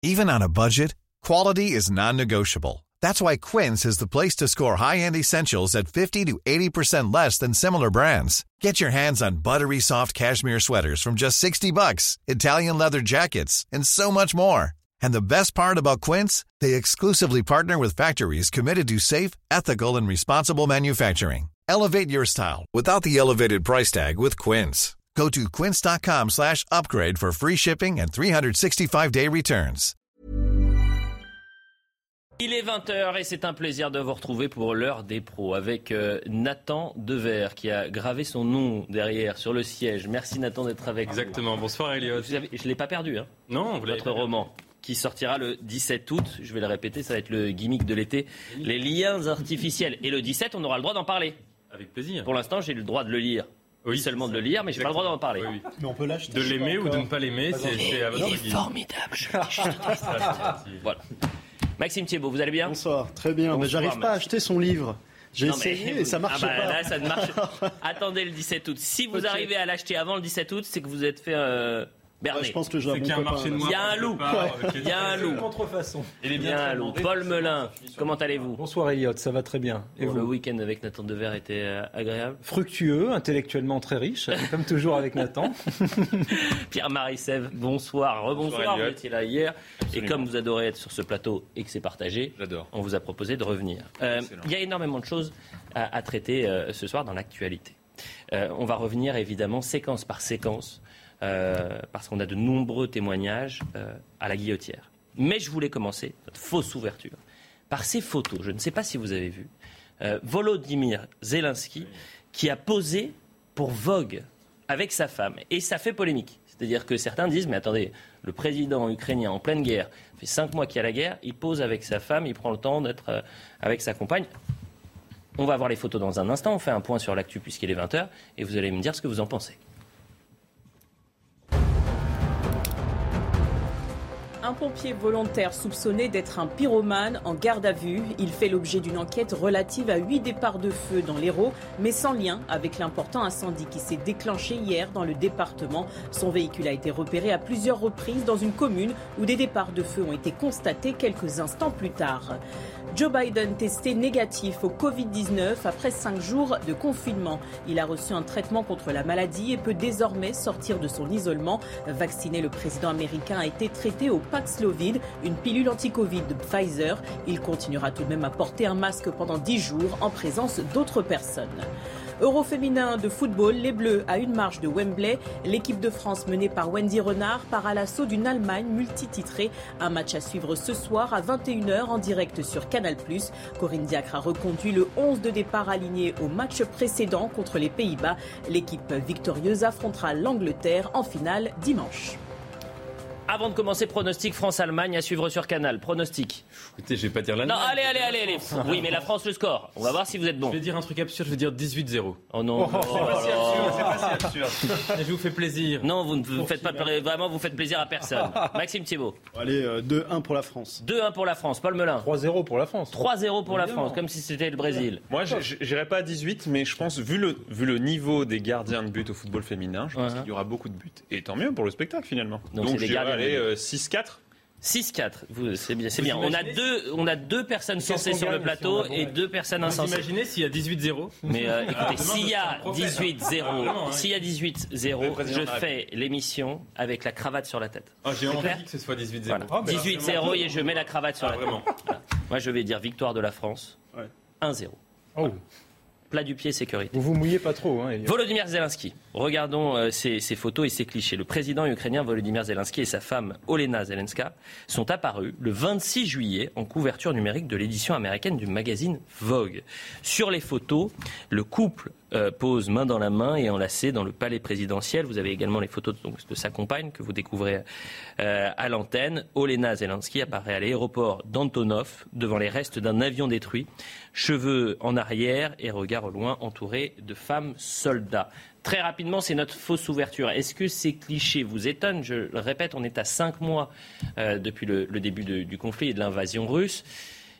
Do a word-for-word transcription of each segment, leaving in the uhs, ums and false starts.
Even on a budget, quality is non-negotiable. That's why Quince is the place to score high-end essentials at fifty to eighty percent less than similar brands. Get your hands on buttery soft cashmere sweaters from just sixty bucks, Italian leather jackets, and so much more. And the best part about Quince, they exclusively partner with factories committed to safe, ethical, and responsible manufacturing. Elevate your style without the elevated price tag with Quince. Go to quince.com slash upgrade for free shipping and three sixty-five day returns. Il est vingt heures et c'est un plaisir de vous retrouver pour l'heure des pros avec euh, Nathan Dever qui a gravé son nom derrière sur le siège. Merci Nathan d'être avec nous. Exactement. Bonsoir Elliot. Vous avez, je ne l'ai pas perdu. Hein, non, vous l'avez Votre roman qui sortira le dix-sept août. Je vais le répéter, ça va être le gimmick de l'été. Oui. Les liens artificiels. Et le dix-sept, on aura le droit d'en parler. Avec plaisir. Pour l'instant, j'ai le droit de le lire. Oui, seulement de le lire, mais je n'ai pas le droit d'en parler. Oui, oui. Mais on peut l'acheter. De l'aimer ou de ne pas l'aimer, c'est, c'est à votre guise. Il est formidable. Je voilà. Maxime Thiebaud, vous allez bien ? Bonsoir, très bien. Bonsoir, mais j'arrive pas à acheter son livre. J'ai non, essayé et ça marche ah bah, pas. Là, ça ne marche pas. Attendez le dix-sept août. Si vous okay. arrivez à l'acheter avant le dix-sept août, c'est que vous êtes fait euh, berner. Ouais, je pense que j'ai un bon copain. Il y a un loup. Il y a un loup. Contrefaçon. Il y a un loup. Paul Melun, comment allez-vous ? Bonsoir Elliot, ça va très bien. Et vous ? Le week-end avec Nathan Dever était euh, agréable ? Fructueux, intellectuellement très riche, comme toujours avec Nathan. Pierre-Marie Sèvres, bonsoir, rebonsoir. Vous étiez là hier. Absolument. Et comme vous adorez être sur ce plateau et que c'est partagé, J'adore. On vous a proposé de revenir. Euh, il y a énormément de choses à, à traiter euh, ce soir dans l'actualité. Euh, on va revenir évidemment séquence par séquence. Euh, parce qu'on a de nombreux témoignages euh, à la guillotière. Mais je voulais commencer, notre fausse ouverture, par ces photos. Je ne sais pas si vous avez vu. Euh, Volodymyr Zelensky qui a posé pour Vogue avec sa femme. Et ça fait polémique. C'est-à-dire que certains disent, mais attendez, le président ukrainien en pleine guerre, ça fait cinq mois qu'il y a la guerre, il pose avec sa femme, il prend le temps d'être euh, avec sa compagne. On va voir les photos dans un instant, on fait un point sur l'actu puisqu'il est vingt heures, et vous allez me dire ce que vous en pensez. Un pompier volontaire soupçonné d'être un pyromane en garde à vue. Il fait l'objet d'une enquête relative à huit départs de feu dans l'Hérault, mais sans lien avec l'important incendie qui s'est déclenché hier dans le département. Son véhicule a été repéré à plusieurs reprises dans une commune où des départs de feu ont été constatés quelques instants plus tard. Joe Biden testé négatif au covid dix-neuf après cinq jours de confinement. Il a reçu un traitement contre la maladie et peut désormais sortir de son isolement. Vacciné, le président américain a été traité au Paxlovid, une pilule anti-Covid de Pfizer. Il continuera tout de même à porter un masque pendant dix jours en présence d'autres personnes. Euro féminin de football, les Bleus à une marche de Wembley. L'équipe de France menée par Wendy Renard part à l'assaut d'une Allemagne multititrée. Un match à suivre ce soir à vingt et une heures en direct sur Canal plus. Corinne Diacre a reconduit le onze de départ aligné au match précédent contre les Pays-Bas. L'équipe victorieuse affrontera l'Angleterre en finale dimanche. Avant de commencer, pronostic France-Allemagne à suivre sur Canal. Pronostic. Écoutez, je vais pas dire l'Allemagne. Non, allez, allez, allez, allez. Oui, mais la France, le score. On va voir si vous êtes bon. Je vais dire un truc absurde, je vais dire dix-huit zéro. Oh non. Oh, oh, c'est pas si absurde, c'est pas si absurde. Et je vous fais plaisir. Non, vous ne vous faites pas plaisir. Vraiment, vous faites plaisir à personne. Maxime Thiebaud. Allez, euh, deux un pour la France. deux un pour la France. Paul Melun. trois zéro pour la France. trois zéro pour la France, comme si c'était le Brésil. Moi, j'irai pas à dix-huit, mais je pense, vu le, vu le niveau des gardiens de but au football féminin, je pense uh-huh. qu'il y aura beaucoup de buts. Et tant mieux pour le spectacle, finalement. Donc, Donc je dirais aller euh, six quatre. six quatre, vous, c'est bien. C'est bien. On a deux, on a deux personnes censées sur le plateau et deux personnes insensées. Vous imaginez s'il y a dix-huit zéro ? Mais euh, écoutez, s'il y a dix-huit zéro, s'il y a dixhuit zéro, je fais l'émission avec la cravate sur la tête. Oh, j'ai envie que ce soit dix-huit zéro. Voilà. dix-huit zéro et je mets la cravate sur ah, la tête. Vraiment. Voilà. Moi, je vais dire victoire de la France. Ouais. un zéro. Oh. Plat du pied, sécurité. Vous vous mouillez pas trop, hein, Volodymyr Zelensky. Regardons euh, ces, ces photos et ces clichés. Le président ukrainien Volodymyr Zelensky et sa femme Olena Zelenska sont apparus le vingt-six juillet en couverture numérique de l'édition américaine du magazine Vogue. Sur les photos, le couple euh, pose main dans la main et enlacé dans le palais présidentiel. Vous avez également les photos de, donc, de sa compagne que vous découvrez euh, à l'antenne. Olena Zelensky apparaît à l'aéroport d'Antonov devant les restes d'un avion détruit. Cheveux en arrière et regard au loin entouré de femmes soldats. Très rapidement, c'est notre fausse ouverture. Est-ce que ces clichés vous étonnent ? Je le répète, on est à cinq mois euh, depuis le, le début de, du conflit et de l'invasion russe.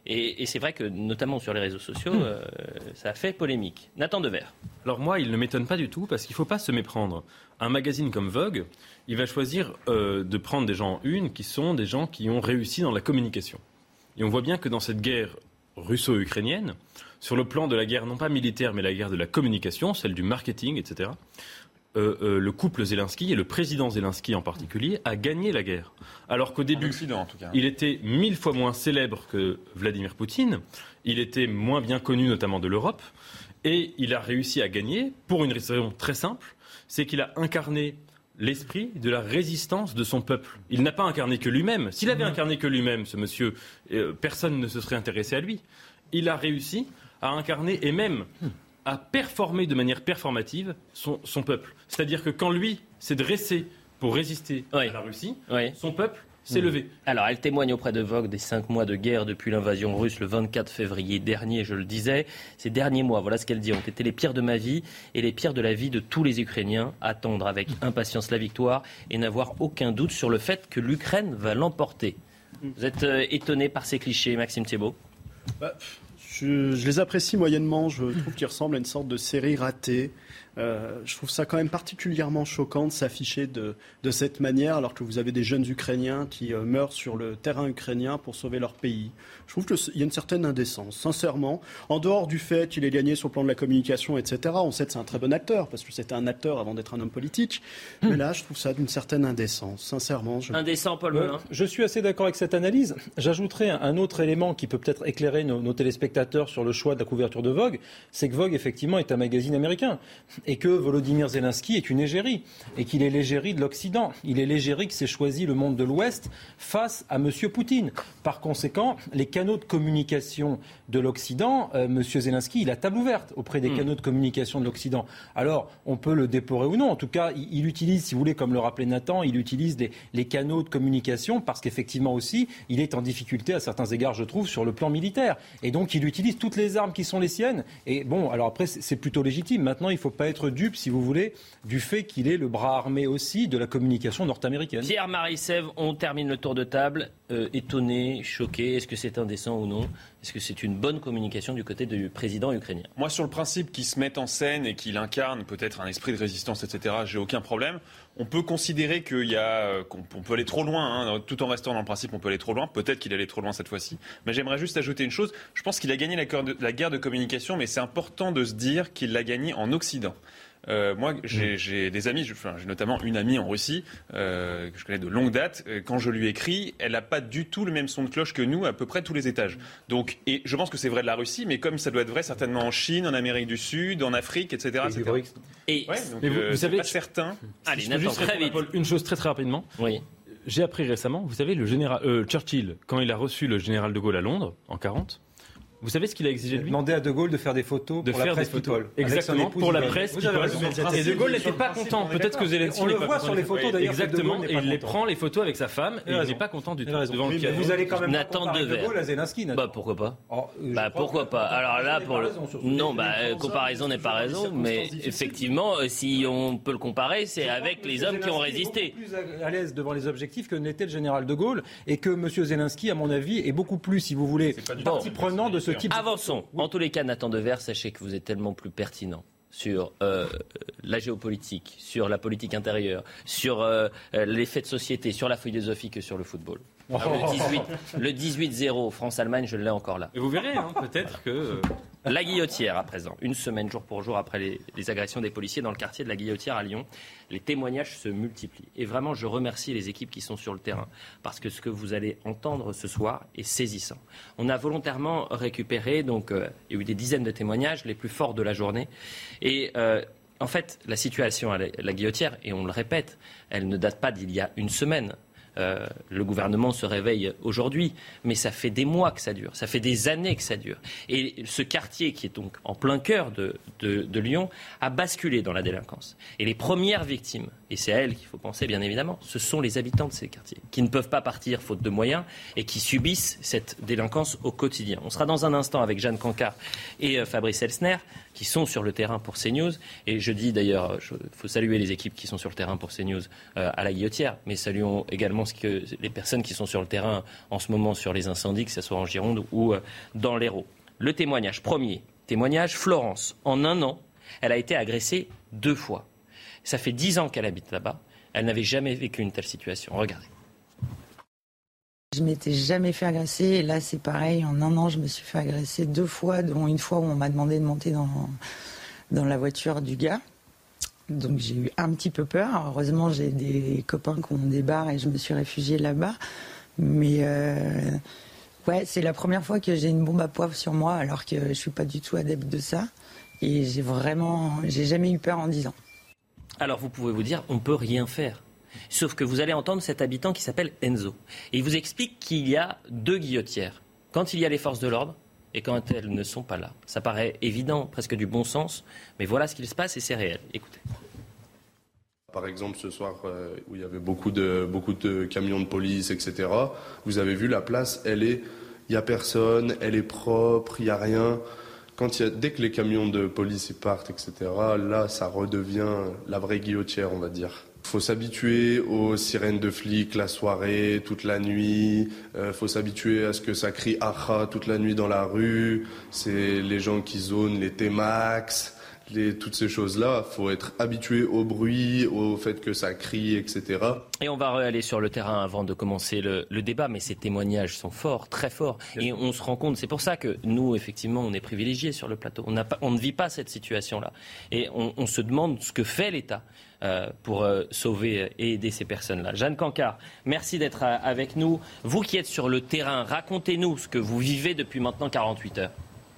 Et, et c'est vrai que, notamment sur les réseaux sociaux, mmh. euh, ça a fait polémique. Nathan Dever. Alors moi, il ne m'étonne pas du tout, parce qu'il ne faut pas se méprendre. Un magazine comme Vogue, il va choisir euh, de prendre des gens en une qui sont des gens qui ont réussi dans la communication. Et on voit bien que dans cette guerre russo-ukrainienne, sur le plan de la guerre, non pas militaire, mais la guerre de la communication, celle du marketing, et cetera, euh, euh, le couple Zelensky, et le président Zelensky en particulier, a gagné la guerre. Alors qu'au début, en Occident, en tout cas. Il était mille fois moins célèbre que Vladimir Poutine, il était moins bien connu notamment de l'Europe, et il a réussi à gagner pour une raison très simple, c'est qu'il a incarné l'esprit de la résistance de son peuple. Il n'a pas incarné que lui-même. S'il avait incarné que lui-même, ce monsieur, euh, personne ne se serait intéressé à lui. Il a réussi à incarner et même à performer de manière performative son, son peuple. C'est-à-dire que quand lui s'est dressé pour résister oui. à la Russie, oui. son peuple s'est mmh. levé. Alors, elle témoigne auprès de Vogue des cinq mois de guerre depuis l'invasion russe le vingt-quatre février dernier, je le disais. Ces derniers mois, voilà ce qu'elle dit, ont été les pires de ma vie et les pires de la vie de tous les Ukrainiens. Attendre avec impatience la victoire et n'avoir aucun doute sur le fait que l'Ukraine va l'emporter. Vous êtes euh, étonné par ces clichés, Maxime Thiébaut ? bah, je, je les apprécie moyennement. Je trouve qu'ils ressemblent à une sorte de série ratée. Euh, je trouve ça quand même particulièrement choquant de s'afficher de, de cette manière alors que vous avez des jeunes Ukrainiens qui euh, meurent sur le terrain ukrainien pour sauver leur pays. Je trouve qu'il y a une certaine indécence, sincèrement. En dehors du fait qu'il ait gagné sur le plan de la communication, et cetera, on sait que c'est un très bon acteur, parce que c'était un acteur avant d'être un homme politique. Mmh. Mais là, je trouve ça d'une certaine indécence, sincèrement. Je... Indécent, Paul Melun. Euh, je suis assez d'accord avec cette analyse. J'ajouterai un, un autre élément qui peut peut-être éclairer nos, nos téléspectateurs sur le choix de la couverture de Vogue, c'est que Vogue, effectivement, est un magazine américain. Et que Volodymyr Zelensky est une égérie, et qu'il est l'égérie de l'Occident. Il est l'égérie qui s'est choisi le monde de l'Ouest face à M. Poutine. Par conséquent, les canaux de communication de l'Occident, euh, M. Zelensky, il a table ouverte auprès des mmh. canaux de communication de l'Occident. Alors, on peut le déplorer ou non. En tout cas, il, il utilise, si vous voulez, comme le rappelait Nathan, il utilise les, les canaux de communication parce qu'effectivement aussi, il est en difficulté à certains égards, je trouve, sur le plan militaire. Et donc, il utilise toutes les armes qui sont les siennes. Et bon, alors après, c'est, c'est plutôt légitime. Maintenant, il ne faut pas être dupe, si vous voulez, du fait qu'il est le bras armé aussi de la communication nord-américaine. Pierre-Marie Sèvres, on termine le tour de table. Euh, étonné, choqué, est-ce que c'est indécent ou non ? Est-ce que c'est une bonne communication du côté du président ukrainien ? Moi, sur le principe qu'il se mette en scène et qu'il incarne peut-être un esprit de résistance, et cetera, j'ai aucun problème. On peut considérer qu'il y a, qu'on peut aller trop loin, hein, tout en restant dans le principe, on peut aller trop loin. Peut-être qu'il allait trop loin cette fois-ci. Mais j'aimerais juste ajouter une chose. Je pense qu'il a gagné la guerre de, la guerre de communication, mais c'est important de se dire qu'il l'a gagné en Occident. Euh, moi, j'ai, j'ai des amis, je, enfin, j'ai notamment une amie en Russie euh, que je connais de longue date. Quand je lui écris, elle n'a pas du tout le même son de cloche que nous, à peu près tous les étages. Donc, et je pense que c'est vrai de la Russie, mais comme ça doit être vrai certainement en Chine, en Amérique du Sud, en Afrique, et cetera. Et, cetera. et ouais, donc, mais vous, euh, vous savez, pas certain. Allez, Nathan, très vite. Une chose très très rapidement. Oui. J'ai appris récemment, vous savez, le général euh, Churchill, quand il a reçu le général de Gaulle à Londres en quarante. Vous savez ce qu'il a exigé de lui ? Demandé à De Gaulle de faire des photos de pour faire la presse des photos. People. Exactement, pour la presse People. Et De Gaulle n'était pas content. Peut-être que Zelensky on le n'est pas voit content. sur les photos d'ailleurs. Exactement, et il les prend les photos avec sa femme et il n'est pas content du tout. Devant le piano. Vous allez quand même Nathan comparer De Gaulle à Zelensky. Bah pourquoi pas ? Bah pourquoi pas ? Alors là pour le non bah comparaison n'est pas raison, mais effectivement si on peut le comparer, c'est avec les hommes qui ont résisté. Plus à l'aise devant les objectifs que n'était le général De Gaulle et que M. Zelensky, à mon avis, est beaucoup plus, si vous voulez, partie prenante de ce type. Avançons. En tous les cas, Nathan Dever, sachez que vous êtes tellement plus pertinent sur euh, la géopolitique, sur la politique intérieure, sur euh, les faits de société, sur la philosophie que sur le football. Le dix-huit zéro France-Allemagne, je l'ai encore là. Et vous verrez, hein, peut-être que... Euh... La Guillotière, à présent. Une semaine, jour pour jour, après les, les agressions des policiers dans le quartier de la Guillotière à Lyon, les témoignages se multiplient. Et vraiment, je remercie les équipes qui sont sur le terrain, parce que ce que vous allez entendre ce soir est saisissant. On a volontairement récupéré, donc euh, il y a eu des dizaines de témoignages, les plus forts de la journée. Et euh, en fait, la situation à la, la Guillotière, et on le répète, elle ne date pas d'il y a une semaine. Euh, le gouvernement se réveille aujourd'hui, mais ça fait des mois que ça dure, ça fait des années que ça dure. Et ce quartier, qui est donc en plein cœur de, de, de Lyon, a basculé dans la délinquance. Et les premières victimes, et c'est à elles qu'il faut penser bien évidemment, ce sont les habitants de ces quartiers, qui ne peuvent pas partir faute de moyens et qui subissent cette délinquance au quotidien. On sera dans un instant avec Jeanne Cancard et euh, Fabrice Elsner, qui sont sur le terrain pour CNews. Et je dis d'ailleurs, il faut saluer les équipes qui sont sur le terrain pour CNews euh, à la Guillotière, mais saluons également évidemment ce que les personnes qui sont sur le terrain en ce moment sur les incendies, que ce soit en Gironde ou dans l'Hérault. Le témoignage, premier témoignage, Florence. En un an, elle a été agressée deux fois. Ça fait dix ans qu'elle habite là-bas. Elle n'avait jamais vécu une telle situation. Regardez. Je m'étais jamais fait agresser et là c'est pareil, en un an je me suis fait agresser deux fois, dont une fois où on m'a demandé de monter dans, dans la voiture du gars. Donc j'ai eu un petit peu peur. Heureusement j'ai des copains qui ont des bars et je me suis réfugiée là-bas. Mais euh, ouais, c'est la première fois que j'ai une bombe à poivre sur moi alors que je suis pas du tout adepte de ça. Et j'ai vraiment, j'ai jamais eu peur en dix ans. Alors vous pouvez vous dire, on peut rien faire. Sauf que vous allez entendre cet habitant qui s'appelle Enzo. Et il vous explique qu'il y a deux guillotières. Quand il y a les forces de l'ordre et quand elles ne sont pas là. Ça paraît évident, presque du bon sens, mais voilà ce qu'il se passe et c'est réel. Écoutez. Par exemple, ce soir, euh, où il y avait beaucoup de, beaucoup de camions de police, et cetera, vous avez vu, la place, elle est, il n'y a personne, elle est propre, il n'y a rien. Quand il y a, dès que les camions de police ils partent, et cetera, là, ça redevient la vraie guillotière, on va dire. Il faut s'habituer aux sirènes de flics la soirée, toute la nuit. Il euh, faut s'habituer à ce que ça crie « aha » toute la nuit dans la rue. C'est les gens qui zonent les T-Max, les, toutes ces choses-là. Il faut être habitué au bruit, au fait que ça crie, et cetera. Et on va aller sur le terrain avant de commencer le, le débat, mais ces témoignages sont forts, très forts. Et on se rend compte, c'est pour ça que nous, effectivement, on est privilégiés sur le plateau. On, n'a pas, on ne vit pas cette situation-là. Et on, on se demande ce que fait l'État euh, pour euh, sauver et aider ces personnes-là. Jeanne Cancard, merci d'être euh, avec nous. Vous qui êtes sur le terrain, racontez-nous ce que vous vivez depuis maintenant quarante-huit heures.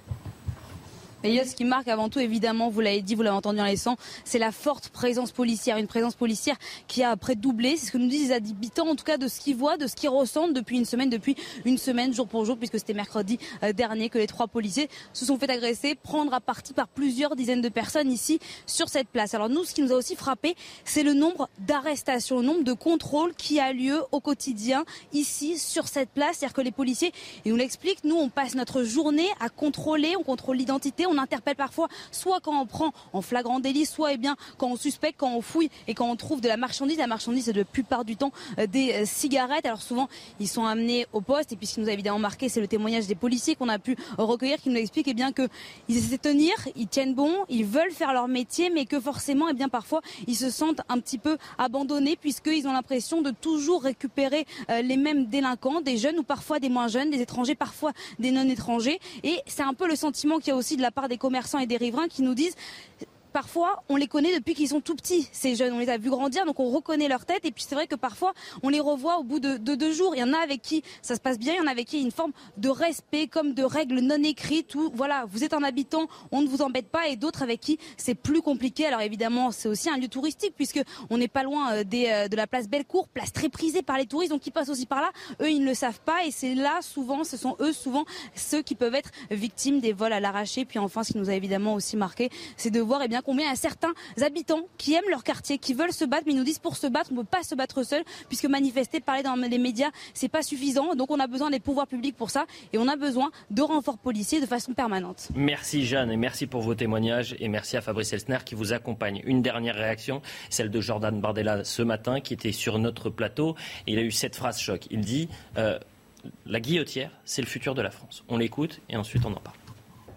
Et il y a ce qui marque avant tout, évidemment, vous l'avez dit, vous l'avez entendu dans les sons, c'est la forte présence policière. Une présence policière qui a après doublé, c'est ce que nous disent les habitants, en tout cas de ce qu'ils voient, de ce qu'ils ressentent depuis une semaine, depuis une semaine, jour pour jour, puisque c'était mercredi dernier que les trois policiers se sont fait agresser, prendre à partie par plusieurs dizaines de personnes ici sur cette place. Alors nous, ce qui nous a aussi frappé, c'est le nombre d'arrestations, le nombre de contrôles qui a lieu au quotidien ici sur cette place. C'est-à-dire que les policiers, ils nous l'expliquent, nous on passe notre journée à contrôler, on contrôle l'identité, on interpelle parfois, soit quand on prend en flagrant délit, soit eh bien, quand on suspecte, quand on fouille et quand on trouve de la marchandise. La marchandise, c'est de la plupart du temps euh, des euh, cigarettes. Alors souvent, ils sont amenés au poste. Et puis ce qui nous a évidemment marqué, c'est le témoignage des policiers qu'on a pu recueillir, qui nous expliquent eh bien, qu'ils essaient de tenir, ils tiennent bon, ils veulent faire leur métier, mais que forcément, eh bien, parfois, ils se sentent un petit peu abandonnés, puisqu'ils ont l'impression de toujours récupérer euh, les mêmes délinquants, des jeunes ou parfois des moins jeunes, des étrangers, parfois des non-étrangers. Et c'est un peu le sentiment qu'il y a aussi de la part des commerçants et des riverains qui nous disent... Parfois, on les connaît depuis qu'ils sont tout petits, ces jeunes. On les a vus grandir, donc on reconnaît leur tête. Et puis c'est vrai que parfois, on les revoit au bout de, de deux jours. Il y en a avec qui ça se passe bien, il y en a avec qui il y a une forme de respect, comme de règles non écrites. Où, voilà, vous êtes un habitant, on ne vous embête pas. Et d'autres avec qui c'est plus compliqué. Alors évidemment, c'est aussi un lieu touristique, puisque on n'est pas loin des, de la place Bellecour, place très prisée par les touristes, donc ils passent aussi par là. Eux, ils ne le savent pas. Et c'est là, souvent, ce sont eux, souvent, ceux qui peuvent être victimes des vols à l'arraché. Puis enfin, ce qui nous a évidemment aussi marqué, c'est de voir eh bien, combien il y a certains habitants qui aiment leur quartier, qui veulent se battre, mais ils nous disent pour se battre, on ne peut pas se battre seul, puisque manifester, parler dans les médias, c'est pas suffisant. Donc on a besoin des pouvoirs publics pour ça, et on a besoin de renforts policiers de façon permanente. Merci Jeanne, et merci pour vos témoignages, et merci à Fabrice Elsner qui vous accompagne. Une dernière réaction, celle de Jordan Bardella ce matin, qui était sur notre plateau. Il a eu cette phrase choc. Il dit euh, la guillotière, c'est le futur de la France. On l'écoute, et ensuite on en parle.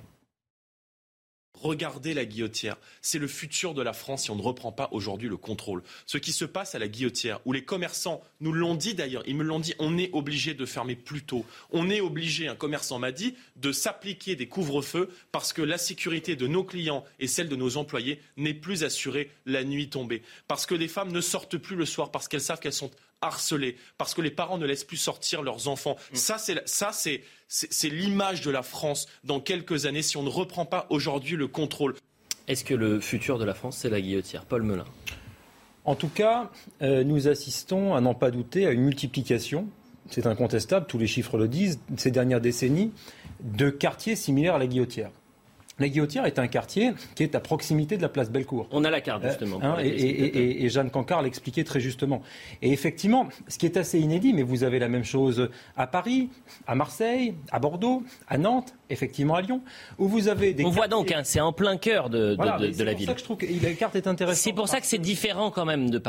Regardez la guillotière, c'est le futur de la France si on ne reprend pas aujourd'hui le contrôle. Ce qui se passe à la guillotière, où les commerçants nous l'ont dit d'ailleurs, ils me l'ont dit, on est obligé de fermer plus tôt. On est obligé, un commerçant m'a dit, de s'appliquer des couvre-feux parce que la sécurité de nos clients et celle de nos employés n'est plus assurée la nuit tombée. Parce que les femmes ne sortent plus le soir, parce qu'elles savent qu'elles sont harcelées, parce que les parents ne laissent plus sortir leurs enfants. Mmh. Ça, c'est, ça c'est, c'est, c'est l'image de la France dans quelques années si on ne reprend pas aujourd'hui le contrôle. Est-ce que le futur de la France, c'est la guillotière ? Paul Melun. En tout cas, euh, nous assistons, à n'en pas douter, à une multiplication, c'est incontestable, tous les chiffres le disent, ces dernières décennies, de quartiers similaires à la guillotière. La Guillotière est un quartier qui est à proximité de la place Bellecour. On a la carte, justement. Euh, hein, et, et, et, et Jeanne Cancard l'expliquait très justement. Et effectivement, ce qui est assez inédit, mais vous avez la même chose à Paris, à Marseille, à Bordeaux, à Nantes, effectivement à Lyon, où vous avez des... On voit donc, hein, c'est en plein cœur de, de, voilà, de, de la ville. C'est pour ça que je trouve que la carte est intéressante. C'est pour ça que c'est différent quand même de Paris.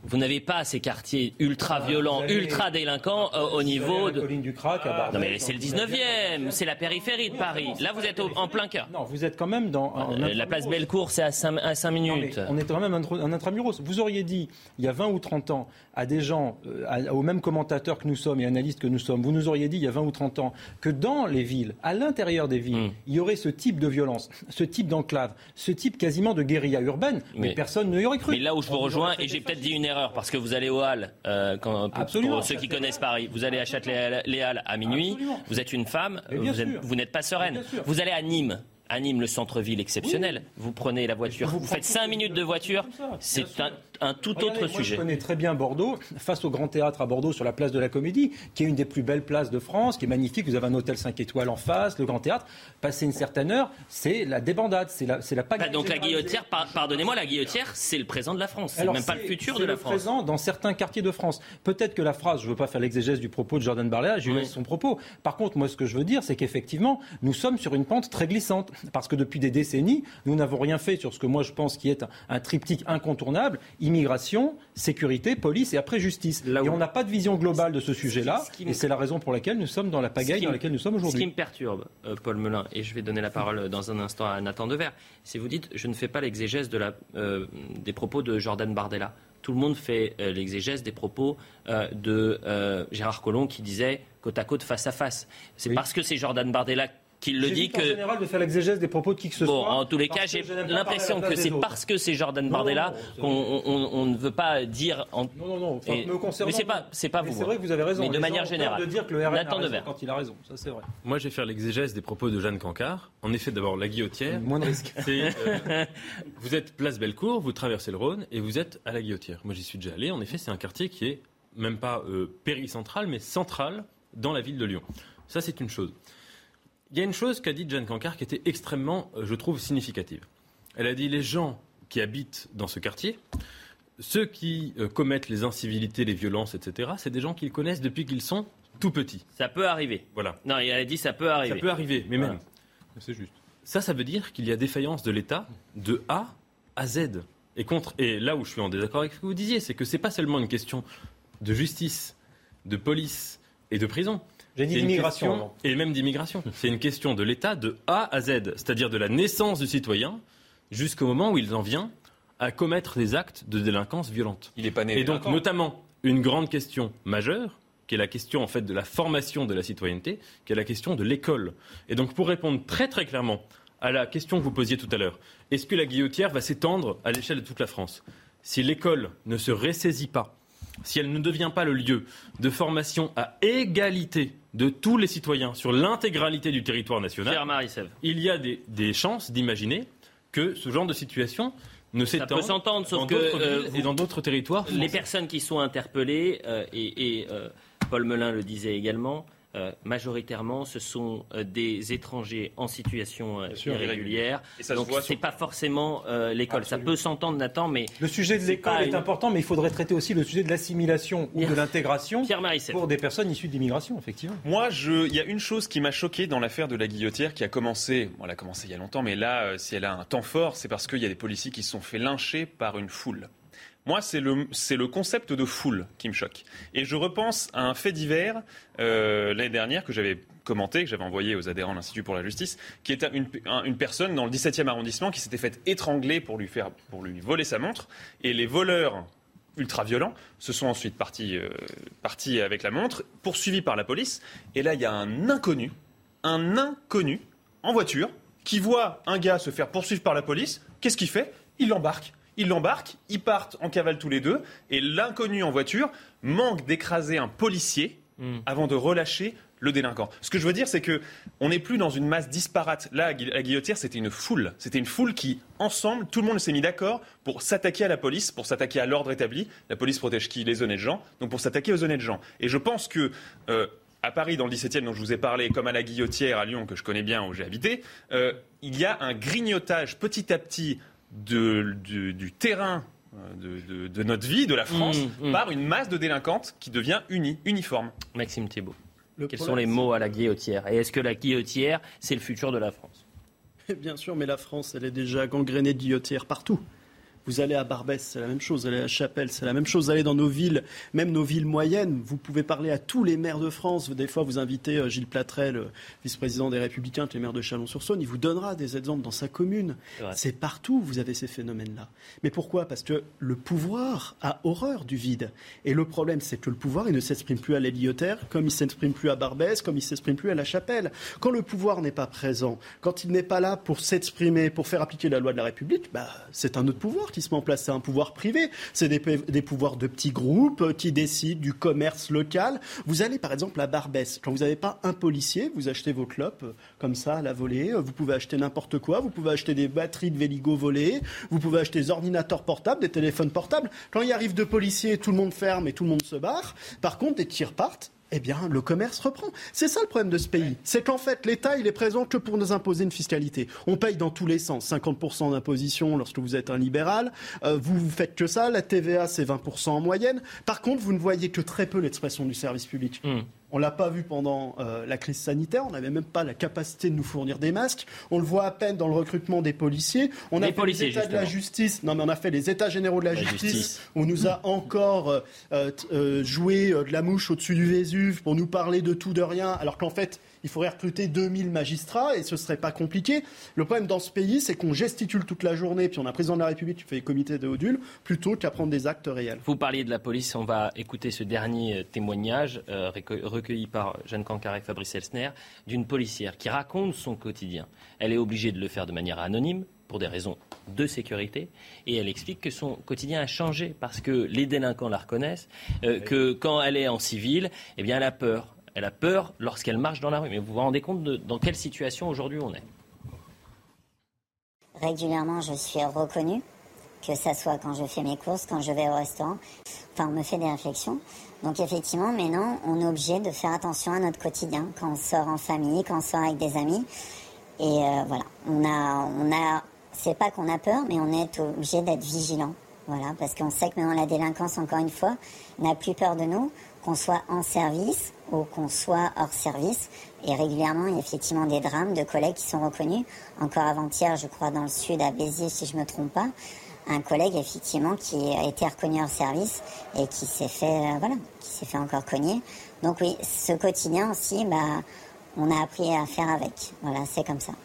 Vous n'avez pas ces quartiers ultra violents, avez... ultra délinquants euh, au niveau de. La colline du Crac à Barbès. Non mais c'est le dix-neuvième, c'est la périphérie de Paris. Là vous êtes au, en plein cœur. Non, vous êtes quand même dans. Euh, la place Bellecour, c'est à cinq minutes. Non, on est quand même en intramuros. Vous auriez dit il y a vingt ou trente ans à des gens, euh, à, aux mêmes commentateurs que nous sommes et analystes que nous sommes, vous nous auriez dit il y a vingt ou trente ans que dans les villes, à l'intérieur des villes, mmh. il y aurait ce type de violence, ce type d'enclave, ce type quasiment de guérilla urbaine, mais, mais personne ne y aurait cru. Mais là où je vous rejoins, et j'ai peut-être dit une erreur, parce que vous allez aux Halles, euh, quand, pour, pour ceux qui connaissent Paris, vous allez à Châtelet-les-Halles à minuit, Absolument. Vous êtes une femme, vous, êtes, vous n'êtes pas sereine. Vous allez à Nîmes. À Nîmes, le centre-ville exceptionnel. Oui. Vous prenez la voiture, vous, vous faites cinq minutes de voiture, c'est un, un tout Regardez, autre moi, sujet. Je connais très bien Bordeaux, face au Grand Théâtre à Bordeaux, sur la place de la Comédie, qui est une des plus belles places de France, qui est magnifique. Vous avez un hôtel cinq étoiles en face, le Grand Théâtre. Passé une certaine heure, c'est la débandade, c'est la, c'est la pagaille. Bah donc la guillotière, par, pardonnez-moi, la guillotière, c'est le présent de la France. C'est Alors, même pas le futur de la France. C'est le présent dans certains quartiers de France. Peut-être que la phrase, je ne veux pas faire l'exégèse du propos de Jordan Bardella, j'ai eu oui. son propos. Par contre, moi, ce que je veux dire, c'est qu'effectivement, nous sommes sur une pente très glissante, parce que depuis des décennies, nous n'avons rien fait sur ce que moi je pense qui est un, un triptyque incontournable, immigration, sécurité, police et après justice. Là où... Et on n'a pas de vision globale de ce sujet-là, et c'est la raison pour laquelle nous sommes dans la pagaille dans laquelle nous sommes aujourd'hui. Ce qui me perturbe, euh, Paul Melun, et je vais donner la parole dans un instant à Nathan Devers, c'est vous dites, je ne fais pas l'exégèse de la, euh, des propos de Jordan Bardella. Tout le monde fait euh, l'exégèse des propos euh, de euh, Gérard Collomb qui disait côte à côte, face à face. C'est oui. parce que c'est Jordan Bardella qu'il le dit que. En général, de faire l'exégèse des propos de qui que ce bon, soit. En tous les cas, j'ai l'impression que c'est parce que c'est Jordan Bardella qu'on on, on, on ne veut pas dire. En... Non, non, non. Enfin, et... me concernant, mais c'est pas, c'est pas mais vous. C'est vrai que vous avez raison. Mais de Les manière générale. De dire que le R N Nathan a raison Devers. quand il a raison, ça c'est vrai. Moi, je vais faire l'exégèse des propos de Jeanne Cancard. En effet, d'abord la guillotière. Moins de risque. Euh, vous êtes place Bellecour, vous traversez le Rhône et vous êtes à la guillotière. Moi, j'y suis déjà allé. En effet, c'est un quartier qui est même pas euh, péricentral, mais central dans la ville de Lyon. Ça, c'est une chose. Il y a une chose qu'a dit Jeanne Cancard qui était extrêmement, je trouve, significative. Elle a dit les gens qui habitent dans ce quartier, ceux qui euh, commettent les incivilités, les violences, et cetera, c'est des gens qu'ils connaissent depuis qu'ils sont tout petits. Ça peut arriver. Voilà. Non, elle a dit ça peut arriver. Ça peut arriver, mais voilà. même. C'est juste. Ça, ça veut dire qu'il y a défaillance de l'État de A à Z. Et, contre, et là où je suis en désaccord avec ce que vous disiez, c'est que ce n'est pas seulement une question de justice, de police et de prison. J'ai dit d'immigration. Et même d'immigration. C'est une question de l'État de A à Z, c'est-à-dire de la naissance du citoyen jusqu'au moment où il en vient à commettre des actes de délinquance violente. Il n'est pas né. Et donc, notamment, une grande question majeure, qui est la question en fait de la formation de la citoyenneté, qui est la question de l'école. Et donc, pour répondre très très clairement à la question que vous posiez tout à l'heure, est-ce que la guillotière va s'étendre à l'échelle de toute la France ? Si l'école ne se ressaisit pas, si elle ne devient pas le lieu de formation à égalité de tous les citoyens sur l'intégralité du territoire national, il y a des, des chances d'imaginer que ce genre de situation ne s'étende. Ça peut s'entendre, sauf dans que euh, et dans d'autres territoires. Les français. Personnes qui sont interpellées, euh, et, et euh, Paul Melun le disait également, Euh, majoritairement, ce sont euh, des étrangers en situation euh, irrégulière. Donc, c'est sur... pas forcément euh, l'école. Absolument. Ça peut s'entendre, Nathan, mais... Le sujet de l'école est une... important, mais il faudrait traiter aussi le sujet de l'assimilation ou Pierre... de l'intégration Pierre pour des personnes issues d'immigration, effectivement. Moi, je... il y a une chose qui m'a choqué dans l'affaire de la guillotière qui a commencé... Bon, elle a commencé il y a longtemps, mais là, euh, si elle a un temps fort, c'est parce qu'il y a des policiers qui se sont fait lyncher par une foule. Moi, c'est le, c'est le concept de foule qui me choque. Et je repense à un fait divers euh, l'année dernière que j'avais commenté, que j'avais envoyé aux adhérents de l'Institut pour la justice, qui était une, une personne dans le dix-septième arrondissement qui s'était fait étrangler pour lui, faire, pour lui voler sa montre. Et les voleurs ultra-violents se sont ensuite partis, euh, partis avec la montre, poursuivis par la police. Et là, il y a un inconnu, un inconnu en voiture qui voit un gars se faire poursuivre par la police. Qu'est-ce qu'il fait ? Il l'embarque. Ils l'embarquent, ils partent en cavale tous les deux, et l'inconnu en voiture manque d'écraser un policier mmh. avant de relâcher le délinquant. Ce que je veux dire, c'est qu'on n'est plus dans une masse disparate. Là, la guillotière, c'était une foule. C'était une foule qui, ensemble, tout le monde s'est mis d'accord pour s'attaquer à la police, pour s'attaquer à l'ordre établi. La police protège qui ? Les honnêtes gens. Donc pour s'attaquer aux honnêtes gens. Et je pense que... Euh, à Paris, dans le dix-septième, dont je vous ai parlé, comme à la Guillotière, à Lyon, que je connais bien, où j'ai habité, euh, il y a un grignotage petit à petit de, de, du terrain de, de, de notre vie, de la France, mmh, mmh. par une masse de délinquantes qui devient unie, uniforme. Maxime Thibault, le quels sont les mots à la Guillotière ? Et est-ce que la Guillotière, c'est le futur de la France ? Bien sûr, mais la France, elle est déjà gangrénée de guillotières partout. Vous allez à Barbès, c'est la même chose. Vous allez à La Chapelle, c'est la même chose. Vous allez dans nos villes, même nos villes moyennes. Vous pouvez parler à tous les maires de France. Des fois, vous invitez Gilles Platrel, le vice-président des Républicains, qui est maire de Chalon-sur-Saône. Il vous donnera des exemples dans sa commune. C'est, c'est partout, vous avez ces phénomènes-là. Mais pourquoi ? Parce que le pouvoir a horreur du vide. Et le problème, c'est que le pouvoir, il ne s'exprime plus à l'héliotère, comme il ne s'exprime plus à Barbès, comme il ne s'exprime plus à La Chapelle. Quand le pouvoir n'est pas présent, quand il n'est pas là pour s'exprimer, pour faire appliquer la loi de la République, bah, c'est un autre pouvoir qui se met en place. C'est un pouvoir privé. C'est des, des pouvoirs de petits groupes qui décident du commerce local. Vous allez, par exemple, à Barbès. Quand vous n'avez pas un policier, vous achetez vos clopes comme ça à la volée. Vous pouvez acheter n'importe quoi. Vous pouvez acheter des batteries de Véligo volées. Vous pouvez acheter des ordinateurs portables, des téléphones portables. Quand il arrive deux policiers, tout le monde ferme et tout le monde se barre. Par contre, dès qu'ils repartent, eh bien, le commerce reprend. C'est ça le problème de ce pays. C'est qu'en fait, l'État, il est présent que pour nous imposer une fiscalité. On paye dans tous les sens. cinquante pour cent d'imposition lorsque vous êtes un libéral. Euh, vous ne faites que ça. La T V A, c'est vingt pour cent en moyenne. Par contre, vous ne voyez que très peu l'expression du service public. Mmh. On ne l'a pas vu pendant euh, la crise sanitaire. On n'avait même pas la capacité de nous fournir des masques. On le voit à peine dans le recrutement des policiers. On les a fait policiers, les états justement. de la justice. Non, mais on a fait les états généraux de la, la justice, justice. On nous a encore euh, euh, joué euh, de la mouche au-dessus du Vésuve pour nous parler de tout, de rien, alors qu'en fait, il faudrait recruter deux mille magistrats et ce serait pas compliqué. Le problème dans ce pays, c'est qu'on gesticule toute la journée, puis on a un président de la République qui fait des comités de Odule, plutôt qu'à prendre des actes réels. Vous parliez de la police, on va écouter ce dernier témoignage euh, recueilli par Jeanne Cancard et Fabrice Elsner, d'une policière qui raconte son quotidien. Elle est obligée de le faire de manière anonyme, pour des raisons de sécurité, et elle explique que son quotidien a changé parce que les délinquants la reconnaissent, euh, que quand elle est en civil, eh bien elle a peur. Elle a peur lorsqu'elle marche dans la rue. Mais vous vous rendez compte de dans quelle situation aujourd'hui on est ? Régulièrement, je suis reconnue, que ça soit quand je fais mes courses, quand je vais au restaurant. Enfin, on me fait des réflexions. Donc effectivement, maintenant, on est obligé de faire attention à notre quotidien quand on sort en famille, quand on sort avec des amis. Et euh, voilà, on a, on a, c'est pas qu'on a peur, mais on est obligé d'être vigilant. Voilà, parce qu'on sait que maintenant la délinquance, encore une fois, n'a plus peur de nous, qu'on soit en service ou qu'on soit hors service. Et régulièrement, il y a effectivement des drames de collègues qui sont reconnus. Encore avant-hier, je crois, dans le sud, à Béziers, si je ne me trompe pas, un collègue, effectivement, qui a été reconnu hors service et qui s'est fait, euh, voilà, qui s'est fait encore cogner. Donc oui, ce quotidien aussi, bah, on a appris à faire avec. Voilà, c'est comme ça.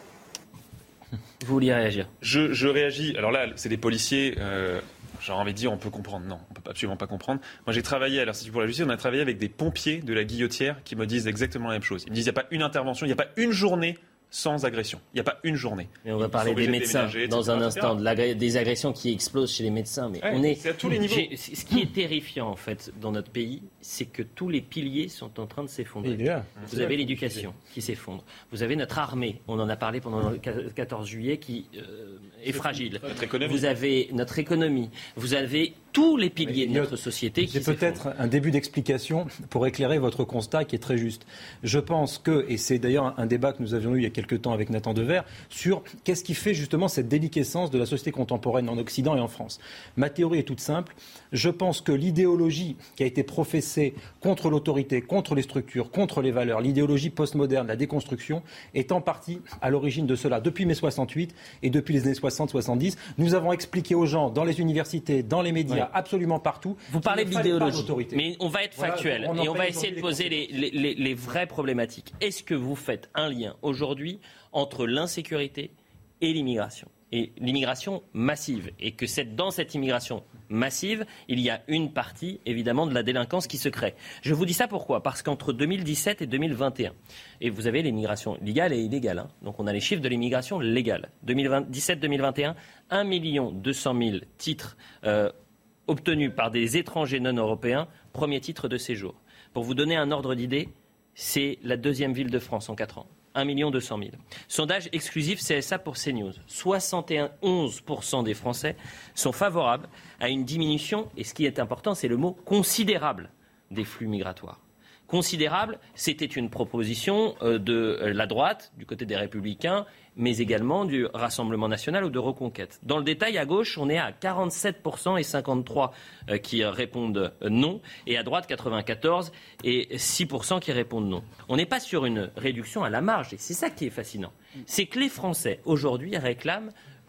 Vous vouliez réagir ? Je, je réagis. Alors là, c'est des policiers... Euh... J'ai envie de dire, on peut comprendre. Non, on peut absolument pas comprendre. Moi, j'ai travaillé à l'Institut pour la justice, on a travaillé avec des pompiers de la Guillotière qui me disent exactement la même chose. Ils me disent, il n'y a pas une intervention, il n'y a pas une journée sans agression. Il n'y a pas une journée. Mais on va parler des médecins dans un instant, de des agressions qui explosent chez les médecins. Mais ouais, on est, c'est à tous les niveaux. Ce qui est terrifiant, en fait, dans notre pays, c'est que tous les piliers sont en train de s'effondrer. Vous avez l'éducation qui s'effondre. Vous avez notre armée, on en a parlé pendant le quatorze juillet, qui euh, est fragile. Vous avez notre économie. Vous avez tous les piliers de notre société qui s'effondrent. C'est peut-être un début d'explication pour éclairer votre constat qui est très juste. Je pense que, et c'est d'ailleurs un débat que nous avions eu il y a quelques temps avec Nathan Dever, sur qu'est-ce qui fait justement cette déliquescence de la société contemporaine en Occident et en France. Ma théorie est toute simple. Je pense que l'idéologie qui a été professée contre l'autorité, contre les structures, contre les valeurs, l'idéologie postmoderne, la déconstruction, est en partie à l'origine de cela. Depuis mai soixante-huit et depuis les années soixante soixante-dix, nous avons expliqué aux gens, dans les universités, dans les médias, oui. absolument partout. Vous parlez de l'idéologie, mais on va être voilà, factuel on et on va essayer de poser les, les, les, les vraies problématiques. Est-ce que vous faites un lien aujourd'hui entre l'insécurité et l'immigration ? Et l'immigration massive, et que cette, dans cette immigration massive, il y a une partie, évidemment, de la délinquance qui se crée. Je vous dis ça pourquoi ? Parce qu'entre deux mille dix-sept et deux mille vingt et un, et vous avez l'immigration légale et illégale, hein, donc on a les chiffres de l'immigration légale. deux mille dix-sept deux mille vingt et un, un million deux cent mille titres euh, obtenus par des étrangers non européens, premier titre de séjour. Pour vous donner un ordre d'idée, c'est la deuxième ville de France en quatre ans. un million deux cent mille. Sondage exclusif C S A pour CNews. soixante et onze pour cent des Français sont favorables à une diminution, et ce qui est important, c'est le mot considérable des flux migratoires. Considérable, c'était une proposition de la droite, du côté des Républicains, mais également du Rassemblement national ou de Reconquête. Dans le détail, à gauche, on est à quarante-sept pour cent et cinquante-trois pour cent qui répondent non, et à droite, quatre-vingt-quatorze pour cent et six pour cent qui répondent non. On n'est pas sur une réduction à la marge, et c'est ça qui est fascinant. C'est que les Français, aujourd'hui, réclament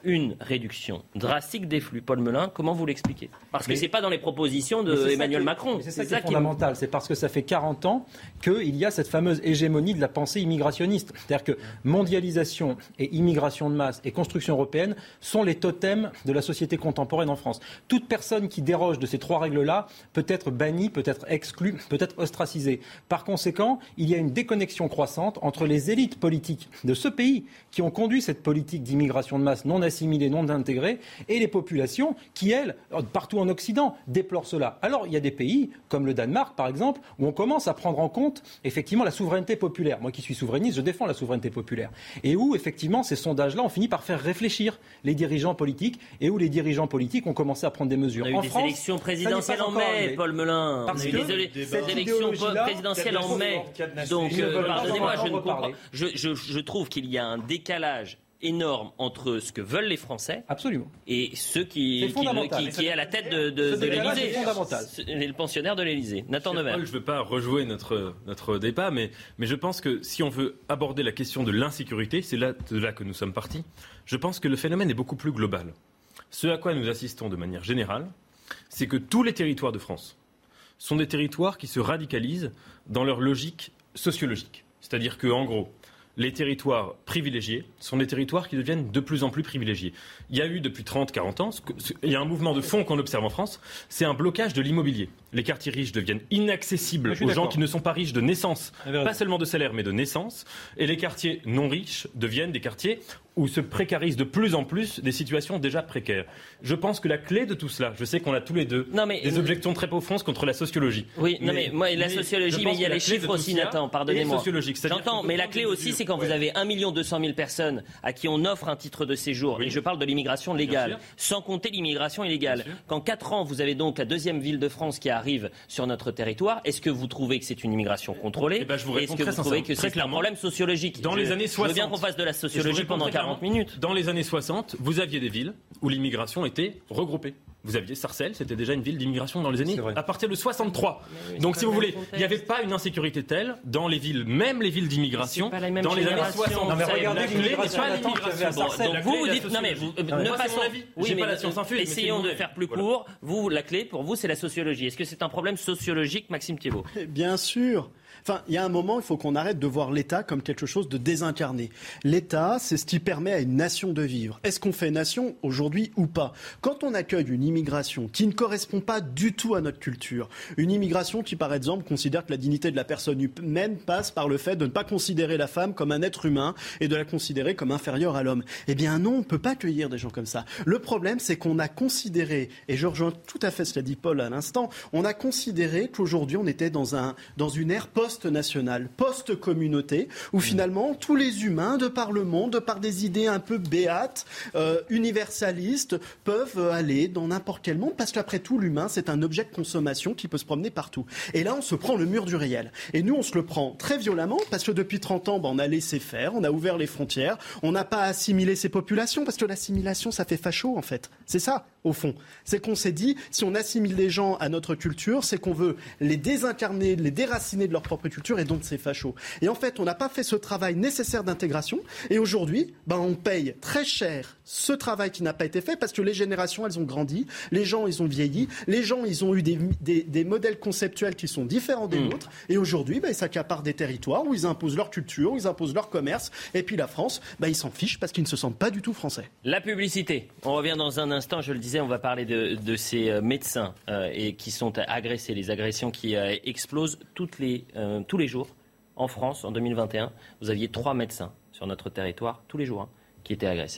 une réduction drastique des flux. Paul Melun, comment vous l'expliquez ? Parce que mais, c'est pas dans les propositions d'Emmanuel Macron. C'est ça, c'est ça qui est fondamental. Qui... C'est parce que ça fait quarante ans qu'il y a cette fameuse hégémonie de la pensée immigrationniste. C'est-à-dire que mondialisation et immigration de masse et construction européenne sont les totems de la société contemporaine en France. Toute personne qui déroge de ces trois règles-là peut être bannie, peut être exclue, peut être ostracisée. Par conséquent, il y a une déconnexion croissante entre les élites politiques de ce pays qui ont conduit cette politique d'immigration de masse non assimilée, non intégrée, et les populations qui, elles, partout en Occident, déplorent cela. Alors, il y a des pays, comme le Danemark, par exemple, où on commence à prendre en compte, effectivement, la souveraineté populaire. Moi qui suis souverainiste, je défends la souveraineté populaire. Et où, effectivement, ces sondages-là ont fini par faire réfléchir les dirigeants politiques, et où les dirigeants politiques ont commencé à prendre des mesures. On a eu en des France, élections présidentielles en mai, Paul Melun. Parce on a eu que des, des élections présidentielles en mai. Donc, euh, pardonnez-moi, je ne comprends. Je, je, je trouve qu'il y a un décalage énorme entre ce que veulent les Français Absolument. et ceux qui, qui, qui, qui est à la tête de, de, de l'Élysée, le pensionnaire de l'Élysée. Nathan Dever. Je ne veux pas rejouer notre, notre débat, mais, mais je pense que si on veut aborder la question de l'insécurité, c'est là, de là que nous sommes partis, je pense que le phénomène est beaucoup plus global. Ce à quoi nous assistons de manière générale, c'est que tous les territoires de France sont des territoires qui se radicalisent dans leur logique sociologique. C'est-à-dire qu'en gros, les territoires privilégiés sont des territoires qui deviennent de plus en plus privilégiés. Il y a eu depuis trente à quarante ans, il y a un mouvement de fond qu'on observe en France, c'est un blocage de l'immobilier. Les quartiers riches deviennent inaccessibles aux gens qui ne sont pas riches de naissance, pas seulement de salaire, mais de naissance. Et les quartiers non riches deviennent des quartiers où se précarisent de plus en plus des situations déjà précaires. Je pense que la clé de tout cela, je sais qu'on a tous les deux non mais, des objections très profondes contre la sociologie. Oui, mais, non mais moi, la sociologie, mais, mais il y a les chiffres aussi, Nathan, pardonnez-moi. J'entends, mais la clé aussi, c'est quand vous avez un million deux cent mille personnes à qui on offre un titre de séjour, oui. et je parle de l'immigration légale, sans compter l'immigration illégale. Qu'en quatre ans, vous avez donc la deuxième ville de France qui arrive sur notre territoire, est-ce que vous trouvez que c'est une immigration contrôlée ? eh ben, je vous Est-ce que vous trouvez que c'est un problème sociologique ? Dans les années soixante, je veux bien qu'on fasse de la sociologie pendant quarante minutes. Dans les années soixante, vous aviez des villes où l'immigration était regroupée. Vous aviez Sarcelles, c'était déjà une ville d'immigration dans les années à partir de soixante-trois. Oui, donc, si vous voulez, il n'y avait pas une insécurité telle dans les villes, même les villes d'immigration, dans les années soixante. Non, mais regardez l'immigration pas l'immigration. Bon, donc vous, vous dites, non mais vous, non, ne passons. Oui, mais pas la science infuse. Essayons de faire plus court. Vous, la clé pour vous, c'est la sociologie. Est-ce que c'est un problème sociologique, Maxime Thiebaud ? Bien sûr. Enfin, il y a un moment, il faut qu'on arrête de voir l'État comme quelque chose de désincarné. L'État, c'est ce qui permet à une nation de vivre. Est-ce qu'on fait nation aujourd'hui ou pas ? Quand on accueille une immigration qui ne correspond pas du tout à notre culture, une immigration qui, par exemple, considère que la dignité de la personne humaine passe par le fait de ne pas considérer la femme comme un être humain et de la considérer comme inférieure à l'homme. Eh bien non, on ne peut pas accueillir des gens comme ça. Le problème, c'est qu'on a considéré, et je rejoins tout à fait ce qu'a dit Paul à l'instant, on a considéré qu'aujourd'hui, on était dans, un, dans une ère post post-national, post-communauté, où finalement tous les humains, de par le monde, de par des idées un peu béates, euh, universalistes, peuvent aller dans n'importe quel monde, parce qu'après tout, l'humain, c'est un objet de consommation qui peut se promener partout. Et là, on se prend le mur du réel. Et nous, on se le prend très violemment, parce que depuis trente ans, ben, on a laissé faire, on a ouvert les frontières, on n'a pas assimilé ces populations, parce que l'assimilation, ça fait facho, en fait. C'est ça, au fond. C'est qu'on s'est dit, si on assimile les gens à notre culture, c'est qu'on veut les désincarner, les déraciner de leur propre culture, et donc c'est facho. Et en fait, on n'a pas fait ce travail nécessaire d'intégration, et aujourd'hui, ben, on paye très cher ce travail qui n'a pas été fait, parce que les générations, elles ont grandi, les gens, ils ont vieilli, les gens, ils ont eu des, des, des modèles conceptuels qui sont différents des mmh. nôtres, et aujourd'hui, ben, ils s'accaparent des territoires où ils imposent leur culture, où ils imposent leur commerce, et puis la France, ben, ils s'en fichent parce qu'ils ne se sentent pas du tout français. La publicité. On revient dans un instant, je le disais, on va parler de, de ces médecins euh, et qui sont agressés, les agressions qui euh, explosent toutes les, euh, tous les jours en France en deux mille vingt et un. Vous aviez trois médecins sur notre territoire, tous les jours, hein, qui étaient agressés.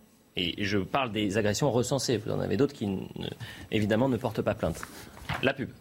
Et je parle des agressions recensées. Vous en avez d'autres qui, ne, évidemment, ne portent pas plainte. La pub.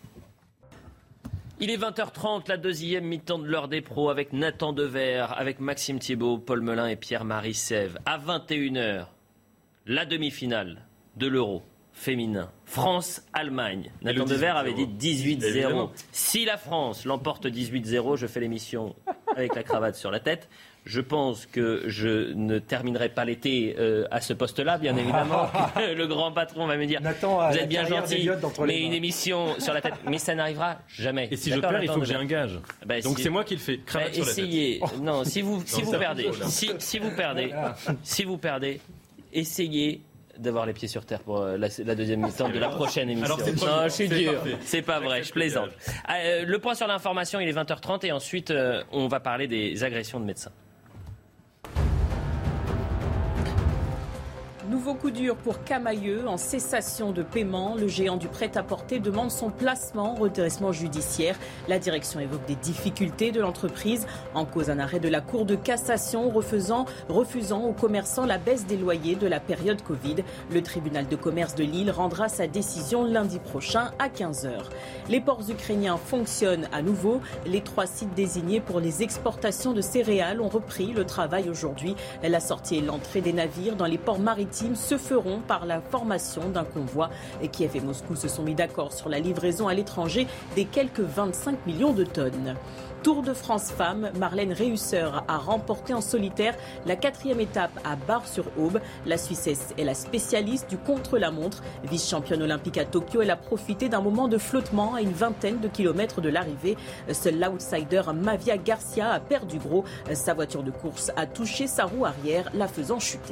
Il est vingt heures trente, la deuxième mi-temps de l'heure des pros avec Nathan Dever, avec Maxime Thiebaud, Paul Melun et Pierre-Marie Sèvres. À vingt et une heures, la demi-finale de l'Euro féminin. France-Allemagne. Nathan Dever avait dit dix-huit zéro. Si la France l'emporte dix-huit zéro, je fais l'émission avec la cravate sur la tête. Je pense que je ne terminerai pas l'été euh, à ce poste-là, bien évidemment. Le grand patron va me dire, Nathan, vous êtes bien gentil, mais une émission sur la tête. Mais ça n'arrivera jamais. Et si je perds, il faut que j'ai un gage. Bah, Donc si... c'est moi qui le fais. Cravate bah, sur essayez. La tête. Non, si vous, si, vous perdez, si, si vous perdez, si vous perdez, essayez d'avoir les pieds sur terre pour la, la deuxième mi-temps de la prochaine émission. Alors, c'est non, je suis dur. parfait. C'est pas vrai, je plaisante. Euh, le point sur l'information, il est vingt heures trente et ensuite, euh, on va parler des agressions de médecins. Nouveau coup dur pour Camaïeu en cessation de paiement. Le géant du prêt-à-porter demande son placement en redressement judiciaire. La direction évoque des difficultés de l'entreprise. En cause, un arrêt de la Cour de cassation refusant, refusant aux commerçants la baisse des loyers de la période Covid. Le tribunal de commerce de Lille rendra sa décision lundi prochain à quinze heures. Les ports ukrainiens fonctionnent à nouveau. Les trois sites désignés pour les exportations de céréales ont repris le travail aujourd'hui. La sortie et l'entrée des navires dans les ports maritimes se feront par la formation d'un convoi. Et Kiev et Moscou se sont mis d'accord sur la livraison à l'étranger des quelques vingt-cinq millions de tonnes. Tour de France Femmes, Marlène Réusseur a remporté en solitaire la quatrième étape à Bar-sur-Aube. La Suissesse est la spécialiste du contre-la-montre. Vice-championne olympique à Tokyo, elle a profité d'un moment de flottement à une vingtaine de kilomètres de l'arrivée. Seul l'outsider Mavia Garcia a perdu gros. Sa voiture de course a touché sa roue arrière, la faisant chuter.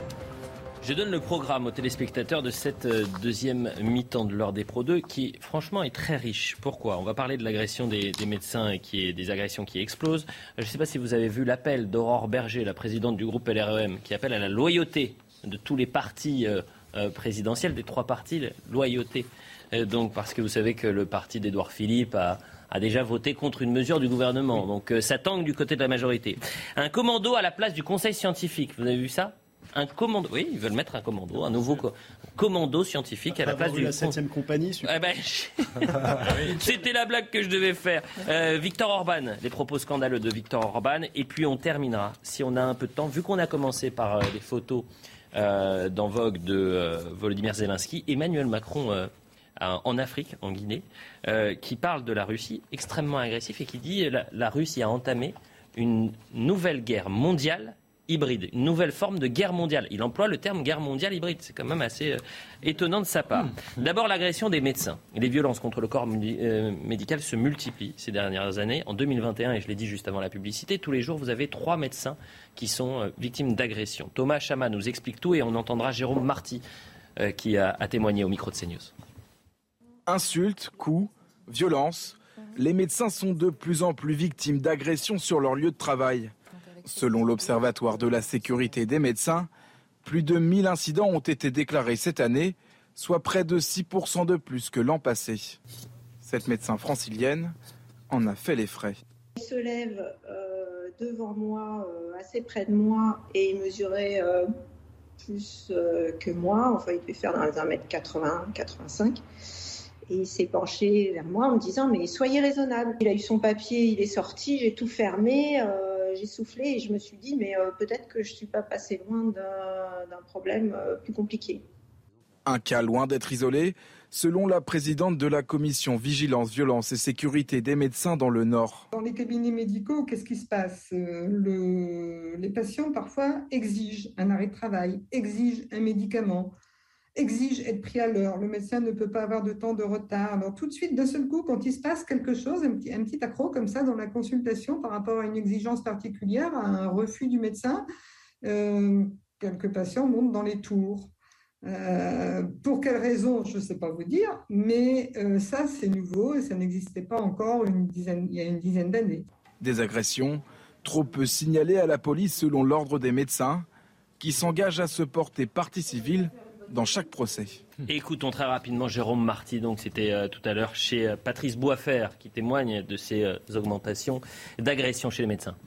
Je donne le programme aux téléspectateurs de cette deuxième mi-temps de l'heure des Pro deux qui, franchement, est très riche. Pourquoi ? On va parler de l'agression des, des médecins et qui est, des agressions qui explosent. Je ne sais pas si vous avez vu l'appel d'Aurore Berger, la présidente du groupe L R E M, qui appelle à la loyauté de tous les partis euh, euh, présidentiels, des trois partis, la loyauté. Euh, donc, parce que vous savez que le parti d'Édouard Philippe a... a déjà voté contre une mesure du gouvernement. Donc euh, ça tangue du côté de la majorité. Un commando à la place du conseil scientifique. Vous avez vu ça ? Un commando, oui, ils veulent mettre un commando, un nouveau co- commando scientifique à la place du... la septième compagnie. Ah ben, c'était la blague que je devais faire. Euh, Viktor Orban, les propos scandaleux de Viktor Orban. Et puis on terminera, si on a un peu de temps, vu qu'on a commencé par euh, les photos euh, dans Vogue de euh, Volodymyr Zelensky, Emmanuel Macron euh, en Afrique, en Guinée, euh, qui parle de la Russie extrêmement agressif et qui dit la, la Russie a entamé une nouvelle guerre mondiale hybride, une nouvelle forme de guerre mondiale. Il emploie le terme guerre mondiale hybride. C'est quand même assez euh, étonnant de sa part. D'abord, l'agression des médecins. Les violences contre le corps mudi- euh, médical se multiplient ces dernières années. En deux mille vingt et un, et je l'ai dit juste avant la publicité, tous les jours, vous avez trois médecins qui sont euh, victimes d'agressions. Thomas Chama nous explique tout et on entendra Jérôme Marty euh, qui a, a témoigné au micro de CNews. Insultes, coups, violences. Les médecins sont de plus en plus victimes d'agressions sur leur lieu de travail. Selon l'Observatoire de la sécurité des médecins, plus de mille incidents ont été déclarés cette année, soit près de six pour cent de plus que l'an passé. Cette médecin francilienne en a fait les frais. Il se lève euh, devant moi, euh, assez près de moi, et il mesurait euh, plus euh, que moi. Enfin, il devait faire dans les un mètre quatre-vingts, quatre-vingt-cinq. Et il s'est penché vers moi en me disant « mais soyez raisonnable ». Il a eu son papier, il est sorti, j'ai tout fermé, euh, j'ai soufflé et je me suis dit « mais euh, peut-être que je ne suis pas passé loin d'un, d'un problème euh, plus compliqué ». Un cas loin d'être isolé, selon la présidente de la commission Vigilance, Violence et Sécurité des médecins dans le Nord. Dans les cabinets médicaux, qu'est-ce qui se passe ? le... Les patients parfois exigent un arrêt de travail, exigent un médicament, exige être pris à l'heure. Le médecin ne peut pas avoir de temps de retard. Alors tout de suite, d'un seul coup, quand il se passe quelque chose, un petit, un petit accroc comme ça dans la consultation par rapport à une exigence particulière, à un refus du médecin, euh, quelques patients montent dans les tours. Euh, pour quelles raisons, je ne sais pas vous dire, mais euh, ça c'est nouveau et ça n'existait pas encore une dizaine, il y a une dizaine d'années. Des agressions trop peu signalées à la police selon l'ordre des médecins, qui s'engagent à se porter partie civile dans chaque procès. Écoutons très rapidement Jérôme Marty, donc c'était euh, tout à l'heure chez euh, Patrice Boisfer, qui témoigne de ces euh, augmentations d'agressions chez les médecins.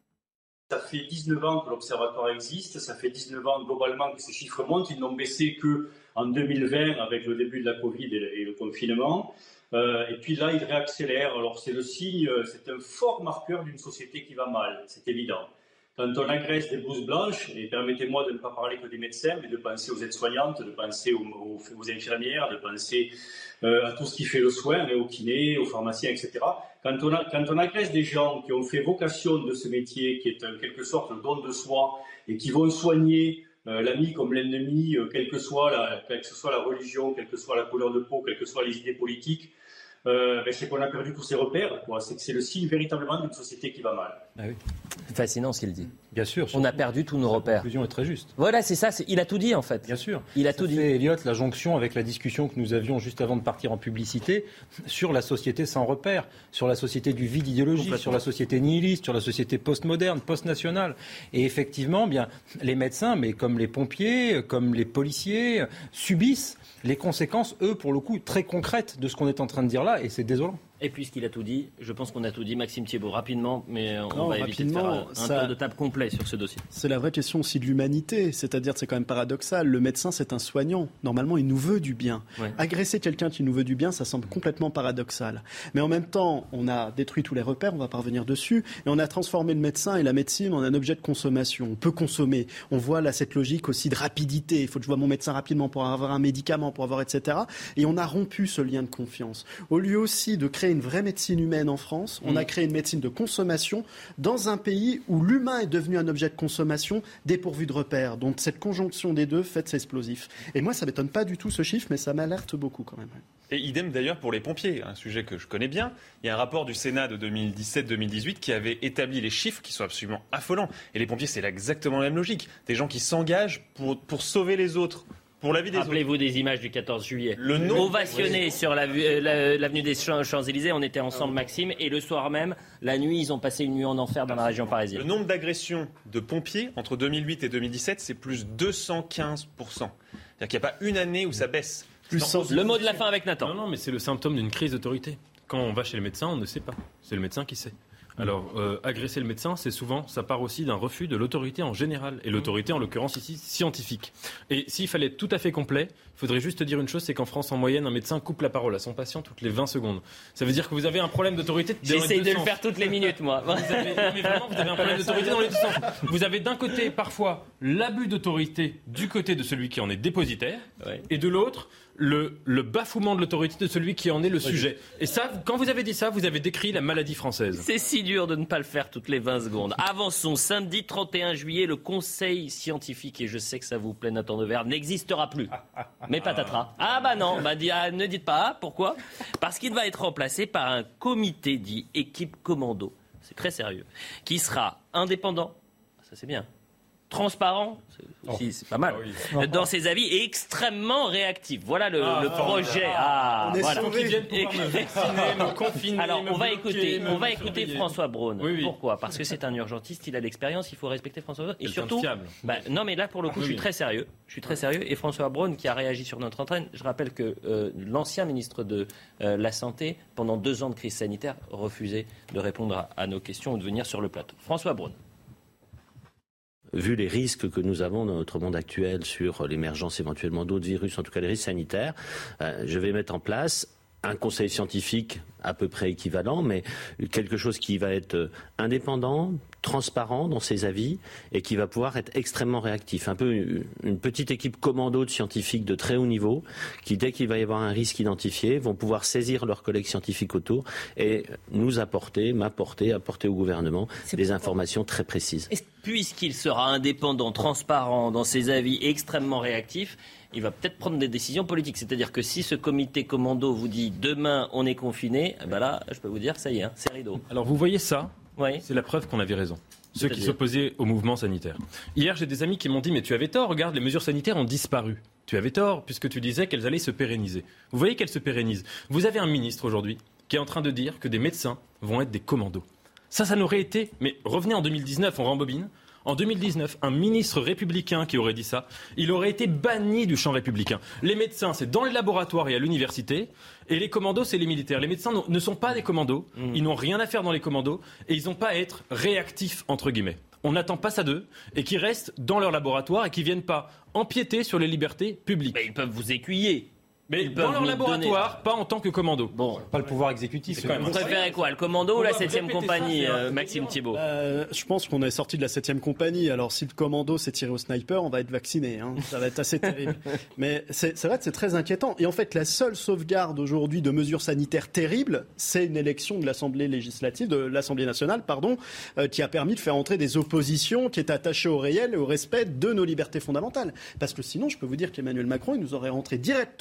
Ça fait dix-neuf ans que l'Observatoire existe, ça fait dix-neuf ans globalement que ces chiffres montent, ils n'ont baissé qu'en deux mille vingt avec le début de la Covid et le, et le confinement. Euh, et puis là, ils réaccélèrent. Alors c'est le signe, c'est un fort marqueur d'une société qui va mal, c'est évident. Quand on agresse des blouses blanches, et permettez-moi de ne pas parler que des médecins, mais de penser aux aides-soignantes, de penser aux, aux, aux infirmières, de penser euh, à tout ce qui fait le soin, aux kinés, aux pharmaciens, et cetera. Quand on, a, quand on agresse des gens qui ont fait vocation de ce métier, qui est en quelque sorte le don de soi, et qui vont soigner euh, l'ami comme l'ennemi, euh, quelle que soit la, quelle que soit la religion, quelle que soit la couleur de peau, quelles que soient les idées politiques, Euh, ben c'est qu'on a perdu tous ces repères, quoi. C'est que c'est le signe véritablement d'une société qui va mal. Ah oui. C'est fascinant ce qu'il dit. Bien sûr. On a perdu tous nos repères. La conclusion est très juste. Voilà, c'est ça. C'est... Il a tout dit, en fait. Bien sûr. Il a ça tout dit. fait, Elliot, la jonction avec la discussion que nous avions juste avant de partir en publicité sur la société sans repères, sur la société du vide idéologique, sur la société nihiliste, sur la société postmoderne, post-nationale. Et effectivement, bien, les médecins, mais comme les pompiers, comme les policiers, subissent les conséquences, eux, pour le coup, très concrètes de ce qu'on est en train de dire là, et c'est désolant. Et puisqu'il a tout dit, je pense qu'on a tout dit. Maxime Thiebaut, rapidement, mais on non, va éviter de faire un ça... tour de table complet sur ce dossier. C'est la vraie question aussi de l'humanité, c'est-à-dire c'est quand même paradoxal. Le médecin, c'est un soignant. Normalement, il nous veut du bien. Ouais. Agresser quelqu'un qui nous veut du bien, ça semble complètement paradoxal. Mais en même temps, on a détruit tous les repères, on va pas revenir dessus, et on a transformé le médecin et la médecine en un objet de consommation. On peut consommer. On voit là cette logique aussi de rapidité. Il faut que je voie mon médecin rapidement pour avoir un médicament, pour avoir et cetera. Et on a rompu ce lien de confiance. Au lieu aussi de créer une vraie médecine humaine en France, on a créé une médecine de consommation dans un pays où l'humain est devenu un objet de consommation dépourvu de repères. Donc cette conjonction des deux fait c'est explosif. Et moi, ça ne m'étonne pas du tout ce chiffre, mais ça m'alerte beaucoup quand même. Et idem d'ailleurs pour les pompiers, un sujet que je connais bien. Il y a un rapport du Sénat de deux mille dix-sept deux mille dix-huit qui avait établi les chiffres qui sont absolument affolants. Et les pompiers, c'est exactement la même logique. Des gens qui s'engagent pour, pour sauver les autres. Pour la vie des Rappelez-vous autres. des images du quatorze juillet. Le nom... Ovationné oui. sur la, euh, la, l'avenue des Champs-Élysées. On était ensemble, Maxime. Et le soir même, la nuit, ils ont passé une nuit en enfer dans la région parisienne. Le nombre d'agressions de pompiers entre deux mille huit et deux mille dix-sept, c'est plus deux cent quinze pour cent. C'est-à-dire qu'il n'y a pas une année où ça baisse. Non, le mot de la fin avec Nathan. Non, non, mais c'est le symptôme d'une crise d'autorité. Quand on va chez le médecin, on ne sait pas. C'est le médecin qui sait. Alors, euh, agresser le médecin, c'est souvent, ça part aussi d'un refus de l'autorité en général, et l'autorité en l'occurrence ici scientifique. Et s'il fallait être tout à fait complet, il faudrait juste dire une chose, c'est qu'en France, en moyenne, un médecin coupe la parole à son patient toutes les vingt secondes. Ça veut dire que vous avez un problème d'autorité dans J'essaye les deux de sens. le faire toutes les minutes, moi. Vous avez, mais vraiment, vous avez un problème d'autorité dans les deux sens. Vous avez d'un côté, parfois, l'abus d'autorité du côté de celui qui en est dépositaire, ouais. et de l'autre, Le, le bafouement de l'autorité de celui qui en est le sujet. Et ça, quand vous avez dit ça, vous avez décrit la maladie française. C'est si dur de ne pas le faire toutes les vingt secondes. Avançons, samedi trente et un juillet, le conseil scientifique, et je sais que ça vous plaît Nathan Devers, n'existera plus. Mais patatras. Ah bah non, bah, ah, ne dites pas. Pourquoi ? Parce qu'il va être remplacé par un comité dit équipe commando. C'est très sérieux. Qui sera indépendant. Ça c'est bien. Transparent, c'est, aussi, oh. c'est pas mal, ah oui. dans ses avis, et extrêmement réactif. Voilà le, ah, le projet. Ah, ah, voilà. Qui viennent pouvoir me vacciner, me confiner, Alors, me on va bloquer, écouter, me on va me écouter surveiller. François Braun. Oui, oui. Pourquoi ? Parce que c'est un urgentiste, il a l'expérience, il faut respecter François Braun. Et Quelqu'un surtout, bah, non mais là pour le coup, oui, je suis oui. très sérieux. Je suis très sérieux. Et François Braun qui a réagi sur notre antenne, je rappelle que euh, l'ancien ministre de euh, la Santé, pendant deux ans de crise sanitaire, refusait de répondre à, à nos questions ou de venir sur le plateau. François Braun. Vu les risques que nous avons dans notre monde actuel sur l'émergence éventuellement d'autres virus, en tout cas les risques sanitaires, euh, je vais mettre en place un conseil scientifique à peu près équivalent, mais quelque chose qui va être indépendant, transparent dans ses avis et qui va pouvoir être extrêmement réactif. Un peu une petite équipe commando de scientifiques de très haut niveau qui, dès qu'il va y avoir un risque identifié, vont pouvoir saisir leurs collègues scientifiques autour et nous apporter, m'apporter, apporter au gouvernement C'est des informations très précises. Puisqu'il sera indépendant, transparent dans ses avis, extrêmement réactif, il va peut-être prendre des décisions politiques. C'est-à-dire que si ce comité commando vous dit demain on est confiné, ben là, je peux vous dire, ça y est, hein, c'est rideau. Alors vous voyez ça, oui. C'est la preuve qu'on avait raison. Ceux C'est-à-dire qui s'opposaient au mouvement sanitaire. Hier, j'ai des amis qui m'ont dit, mais tu avais tort, regarde, les mesures sanitaires ont disparu. Tu avais tort, puisque tu disais qu'elles allaient se pérenniser. Vous voyez qu'elles se pérennisent. Vous avez un ministre aujourd'hui qui est en train de dire que des médecins vont être des commandos. Ça, ça n'aurait été... Mais revenez en deux mille dix-neuf, on rembobine. En deux mille dix-neuf, un ministre républicain qui aurait dit ça, il aurait été banni du champ républicain. Les médecins, c'est dans les laboratoires et à l'université, et les commandos, c'est les militaires. Les médecins ne sont pas des commandos, mmh. ils n'ont rien à faire dans les commandos, et ils n'ont pas à être réactifs, entre guillemets. On n'attend pas ça d'eux, et qu'ils restent dans leur laboratoire et qu'ils ne viennent pas empiéter sur les libertés publiques. Mais ils peuvent vous écuyer. Mais Ils dans leur laboratoire, donner. pas en tant que commando. Bon, pas le pouvoir exécutif. C'est quand même vous préférez quoi, le commando ou la septième compagnie, euh, Maxime Thiebaut euh, Je pense qu'on est sorti de la septième compagnie. Alors si le commando s'est tiré au sniper, on va être vacciné. Hein. Ça va être assez terrible. Mais c'est, c'est vrai que c'est très inquiétant. Et en fait, la seule sauvegarde aujourd'hui de mesures sanitaires terribles, c'est une élection de l'Assemblée législative, de l'Assemblée nationale, pardon, euh, qui a permis de faire entrer des oppositions qui étaient attachées au réel et au respect de nos libertés fondamentales. Parce que sinon, je peux vous dire qu'Emmanuel Macron, il nous aurait rentré directement dans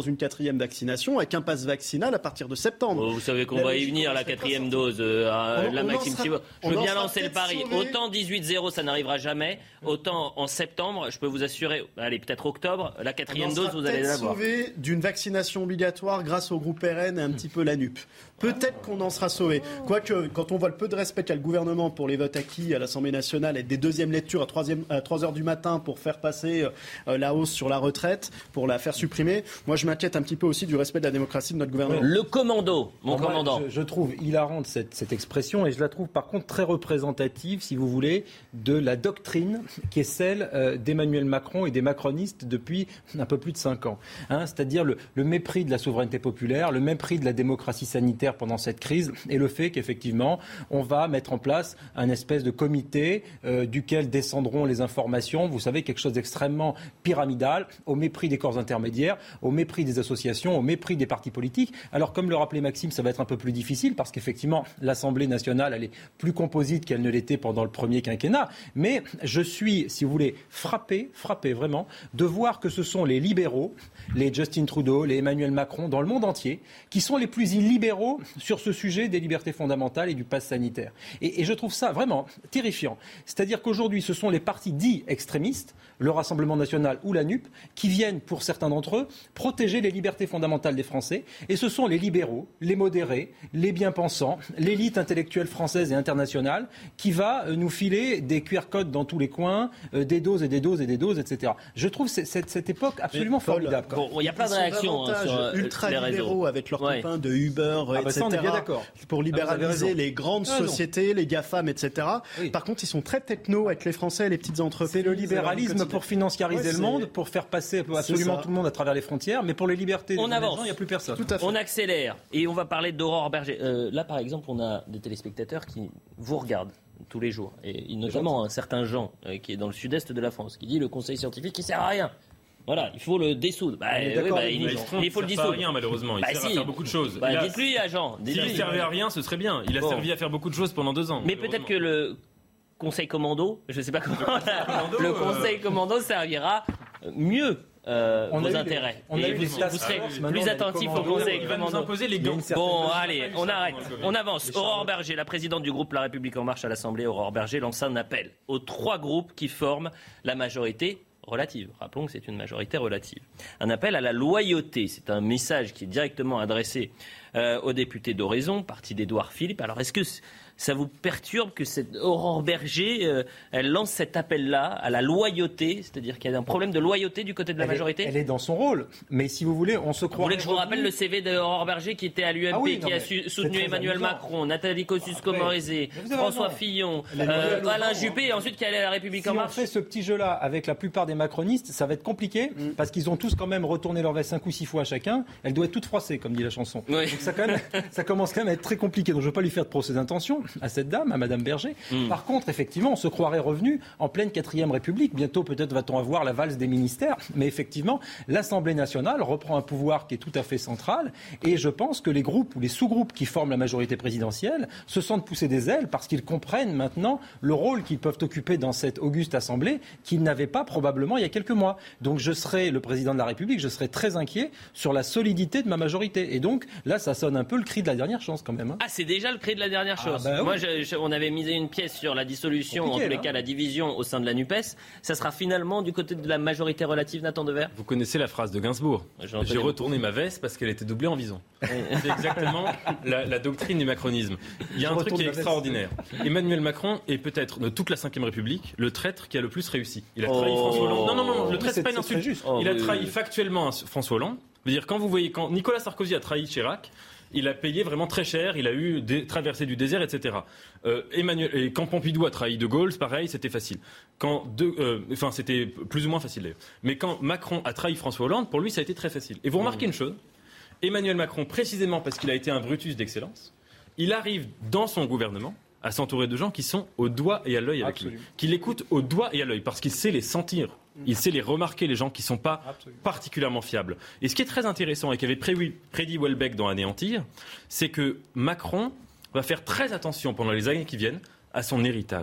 une quatrième vaccination avec un pass vaccinal à partir de septembre. Oh, vous savez qu'on va y venir, la quatrième dose. Euh, on, la on Maxime sera, Thibault. Je veux bien lancer le pari. Sauvé. Autant dix-huit zéro, ça n'arrivera jamais. Autant en septembre, je peux vous assurer, allez, peut-être octobre, la quatrième dose, vous allez l'avoir. On sera sauvé d'une vaccination obligatoire grâce au groupe R N et un petit peu la N U P. Peut-être qu'on en sera sauvé. Quoique, quand on voit le peu de respect qu'a le gouvernement pour les votes acquis à l'Assemblée nationale et des deuxièmes lectures à, troisième, à trois heures du matin pour faire passer euh, la hausse sur la retraite, pour la faire supprimer, moi je m'inquiète un petit peu aussi du respect de la démocratie de notre gouvernement. Le commando, mon Alors commandant. Moi, je, je trouve hilarante cette, cette expression et je la trouve par contre très représentative, si vous voulez, de la doctrine qui est celle euh, d'Emmanuel Macron et des macronistes depuis un peu plus de cinq ans. Hein, c'est-à-dire le, le mépris de la souveraineté populaire, le mépris de la démocratie sanitaire pendant cette crise et le fait qu'effectivement on va mettre en place un espèce de comité euh, duquel descendront les informations, vous savez, quelque chose d'extrêmement pyramidal, au mépris des corps intermédiaires, au mépris des associations, au mépris des partis politiques. Alors comme le rappelait Maxime, ça va être un peu plus difficile parce qu'effectivement l'Assemblée nationale elle est plus composite qu'elle ne l'était pendant le premier quinquennat, mais je suis, si vous voulez, frappé, frappé vraiment de voir que ce sont les libéraux, les Justin Trudeau, les Emmanuel Macron dans le monde entier qui sont les plus illibéraux sur ce sujet des libertés fondamentales et du pass sanitaire. Et, et je trouve ça vraiment terrifiant. C'est-à-dire qu'aujourd'hui, ce sont les partis dits extrémistes, le Rassemblement national ou la N U P, qui viennent, pour certains d'entre eux, protéger les libertés fondamentales des Français. Et ce sont les libéraux, les modérés, les bien-pensants, l'élite intellectuelle française et internationale qui va nous filer des Q R codes dans tous les coins, euh, des doses et des doses et des doses, et cetera. Je trouve cette, cette, cette époque absolument Paul, formidable. Bon, il y a plein de réactions hein, sur ultra les libéraux réseaux. avec leurs ouais. copains de Uber, ah bah et cetera. Ça, on est bien d'accord. Pour libéraliser ah, les grandes ah, sociétés, les GAFAM, et cetera. Oui. Par contre, ils sont très techno avec les Français et les petites entreprises. C'est le libéralisme pour financiariser ouais, le monde, pour faire passer absolument tout le monde à travers les frontières, mais pour les libertés, on avance. Il n'y a plus personne. Tout à fait. On accélère et on va parler d'Aurore Berger. Euh, là, par exemple, on a des téléspectateurs qui vous regardent tous les jours, et notamment un certain Jean euh, qui est dans le sud-est de la France, qui dit le conseil scientifique qui sert à rien. Voilà, il faut le dissoudre. Bah, oui, bah, il, il, il faut le dissoudre. Il ne sert à rien, malheureusement. Il bah, sert si. à faire beaucoup de choses. Bah, dites-lui à Jean. S'il ne servait à rien, ce serait bien. Il a bon. servi à faire beaucoup de choses pendant deux ans. Mais peut-être que le conseil commando, je ne sais pas comment, commando, le conseil euh... commando servira mieux. Euh, on vos intérêts. On a et vous, vous serez plus attentif au conseil il va nous imposer les gants. Bon, allez, on arrête. On avance. Aurore Berger, la présidente du groupe La République En Marche à l'Assemblée, Aurore Berger, lance un appel aux trois groupes qui forment la majorité relative. Rappelons que c'est une majorité relative. Un appel à la loyauté. C'est un message qui est directement adressé euh, aux députés d'Horizon, parti d'Édouard Philippe. Alors, est-ce que ça vous perturbe que cette Aurore Berger, euh, elle lance cet appel-là à la loyauté, c'est-à-dire qu'il y a un problème de loyauté du côté de la elle majorité est, Elle est dans son rôle, mais si vous voulez, on se croit... Vous voulez que je vous rappelle le C V d'Aurore Berger qui était à l'U M P, ah oui, non, qui a su, soutenu Emmanuel amusant. Macron, Nathalie Kosciusko-Morizet, François Fillon, euh, Alain Juppé, et ensuite qui allait à la République si En Marche. Si on fait ce petit jeu-là avec la plupart des macronistes, ça va être compliqué, mm. parce qu'ils ont tous quand même retourné leur veste cinq ou six fois chacun. Elle doit être toute froissée, comme dit la chanson. Oui. Donc ça, quand même, ça commence quand même à être très compliqué. Donc je ne veux pas lui faire de procès d'intention à cette dame, à Madame Berger. Mmh. Par contre, effectivement, on se croirait revenu en pleine quatrième République. Bientôt, peut-être va-t-on avoir la valse des ministères. Mais effectivement, l'Assemblée nationale reprend un pouvoir qui est tout à fait central. Et je pense que les groupes ou les sous-groupes qui forment la majorité présidentielle se sentent pousser des ailes parce qu'ils comprennent maintenant le rôle qu'ils peuvent occuper dans cette auguste Assemblée qu'ils n'avaient pas probablement il y a quelques mois. Donc je serai le président de la République, je serai très inquiet sur la solidité de ma majorité. Et donc là, ça sonne un peu le cri de la dernière chance quand même. Hein. Ah, c'est déjà le cri de la dernière chose. Ah, bah, Moi, oui. je, je, on avait misé une pièce sur la dissolution, en tous les cas la division au sein de la NUPES. Ça sera finalement du côté de la majorité relative, Nathan Devers. Vous connaissez la phrase de Gainsbourg. J'ai retourné ma veste parce qu'elle était doublée en vison. C'est exactement la, la doctrine du macronisme. Il y a je un truc qui est extraordinaire. Emmanuel Macron est peut-être de toute la cinquième République le traître qui a le plus réussi. Il a trahi oh. François Hollande. Non, non, non, le traître, c'est pas une insulte. Oh, Il a trahi oui. factuellement François Hollande. Je veux dire, quand vous voyez, quand Nicolas Sarkozy a trahi Chirac, il a payé vraiment très cher, il a eu des traversées du désert, et cetera. Euh, Emmanuel, et quand Pompidou a trahi De Gaulle, c'est pareil, c'était facile. Quand de, euh, enfin, c'était plus ou moins facile d'ailleurs. Mais quand Macron a trahi François Hollande, pour lui, ça a été très facile. Et vous remarquez mmh. une chose, Emmanuel Macron, précisément parce qu'il a été un Brutus d'excellence, il arrive dans son gouvernement à s'entourer de gens qui sont au doigt et à l'œil avec Absolument. lui, qui l'écoutent au doigt et à l'œil, parce qu'il sait les sentir. Il sait les remarquer, les gens qui ne sont pas Absolument. particulièrement fiables. Et ce qui est très intéressant et qu'avait prédit Houellebecq dans Anéantir, c'est que Macron va faire très attention pendant les années qui viennent à son héritage.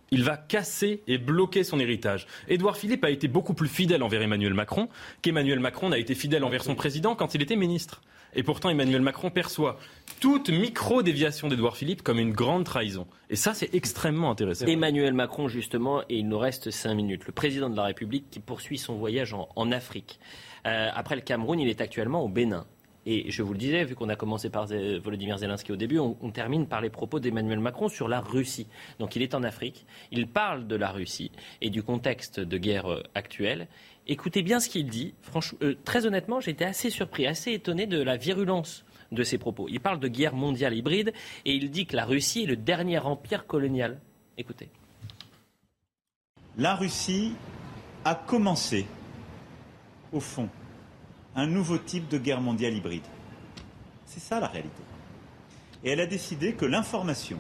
Il va casser et bloquer son héritage. Édouard Philippe a été beaucoup plus fidèle envers Emmanuel Macron qu'Emmanuel Macron n'a été fidèle envers son président quand il était ministre. Et pourtant, Emmanuel Macron perçoit toute micro-déviation d'Édouard Philippe comme une grande trahison. Et ça, c'est extrêmement intéressant. Emmanuel Macron, justement, et il nous reste cinq minutes, le président de la République qui poursuit son voyage en, en Afrique. Euh, après le Cameroun, il est actuellement au Bénin. Et je vous le disais, vu qu'on a commencé par Volodymyr Zelensky au début, on, on termine par les propos d'Emmanuel Macron sur la Russie. Donc il est en Afrique, il parle de la Russie et du contexte de guerre euh, actuel. Écoutez bien ce qu'il dit. Franchement, euh, très honnêtement, j'étais assez surpris, assez étonné de la virulence de ses propos. Il parle de guerre mondiale hybride et il dit que la Russie est le dernier empire colonial. Écoutez. La Russie a commencé, au fond, un nouveau type de guerre mondiale hybride. C'est ça la réalité. Et elle a décidé que l'information,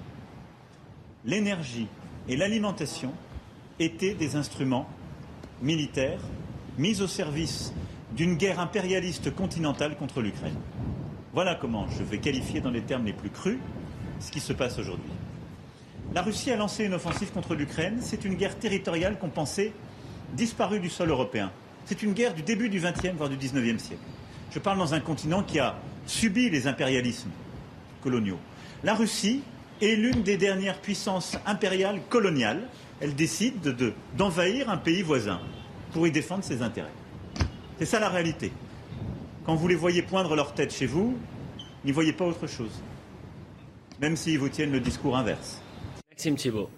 l'énergie et l'alimentation étaient des instruments militaires mis au service d'une guerre impérialiste continentale contre l'Ukraine. Voilà comment je vais qualifier dans les termes les plus crus ce qui se passe aujourd'hui. La Russie a lancé une offensive contre l'Ukraine. C'est une guerre territoriale qu'on pensait disparue du sol européen. C'est une guerre du début du vingtième, voire du dix-neuvième siècle. Je parle dans un continent qui a subi les impérialismes coloniaux. La Russie est l'une des dernières puissances impériales coloniales. Elle décide de, de, d'envahir un pays voisin pour y défendre ses intérêts. C'est ça la réalité. Quand vous les voyez poindre leur tête chez vous, n'y voyez pas autre chose. Même s'ils vous tiennent le discours inverse. Maxime Thibault.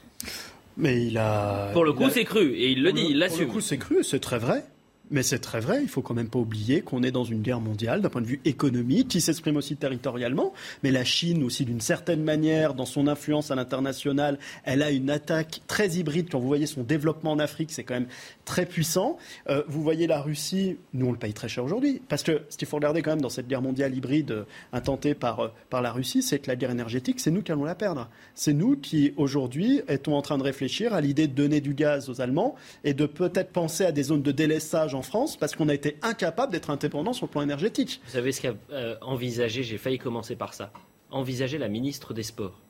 Mais il a... Pour le coup, a... c'est cru, et il le dit, le, il l'assume. Pour le coup, c'est cru, c'est très vrai. Mais c'est très vrai, il faut quand même pas oublier qu'on est dans une guerre mondiale d'un point de vue économique qui s'exprime aussi territorialement. Mais la Chine aussi, d'une certaine manière, dans son influence à l'international, elle a une attaque très hybride. Quand vous voyez son développement en Afrique, c'est quand même très puissant. Euh, vous voyez la Russie, nous on le paye très cher aujourd'hui. Parce que ce qu'il faut regarder quand même dans cette guerre mondiale hybride euh, intentée par, euh, par la Russie, c'est que la guerre énergétique, c'est nous qui allons la perdre. C'est nous qui, aujourd'hui, étions en train de réfléchir à l'idée de donner du gaz aux Allemands et de peut-être penser à des zones de délestage en France parce qu'on a été incapable d'être indépendant sur le plan énergétique. Vous savez ce qu'a euh, envisagé, j'ai failli commencer par ça, envisager la ministre des Sports.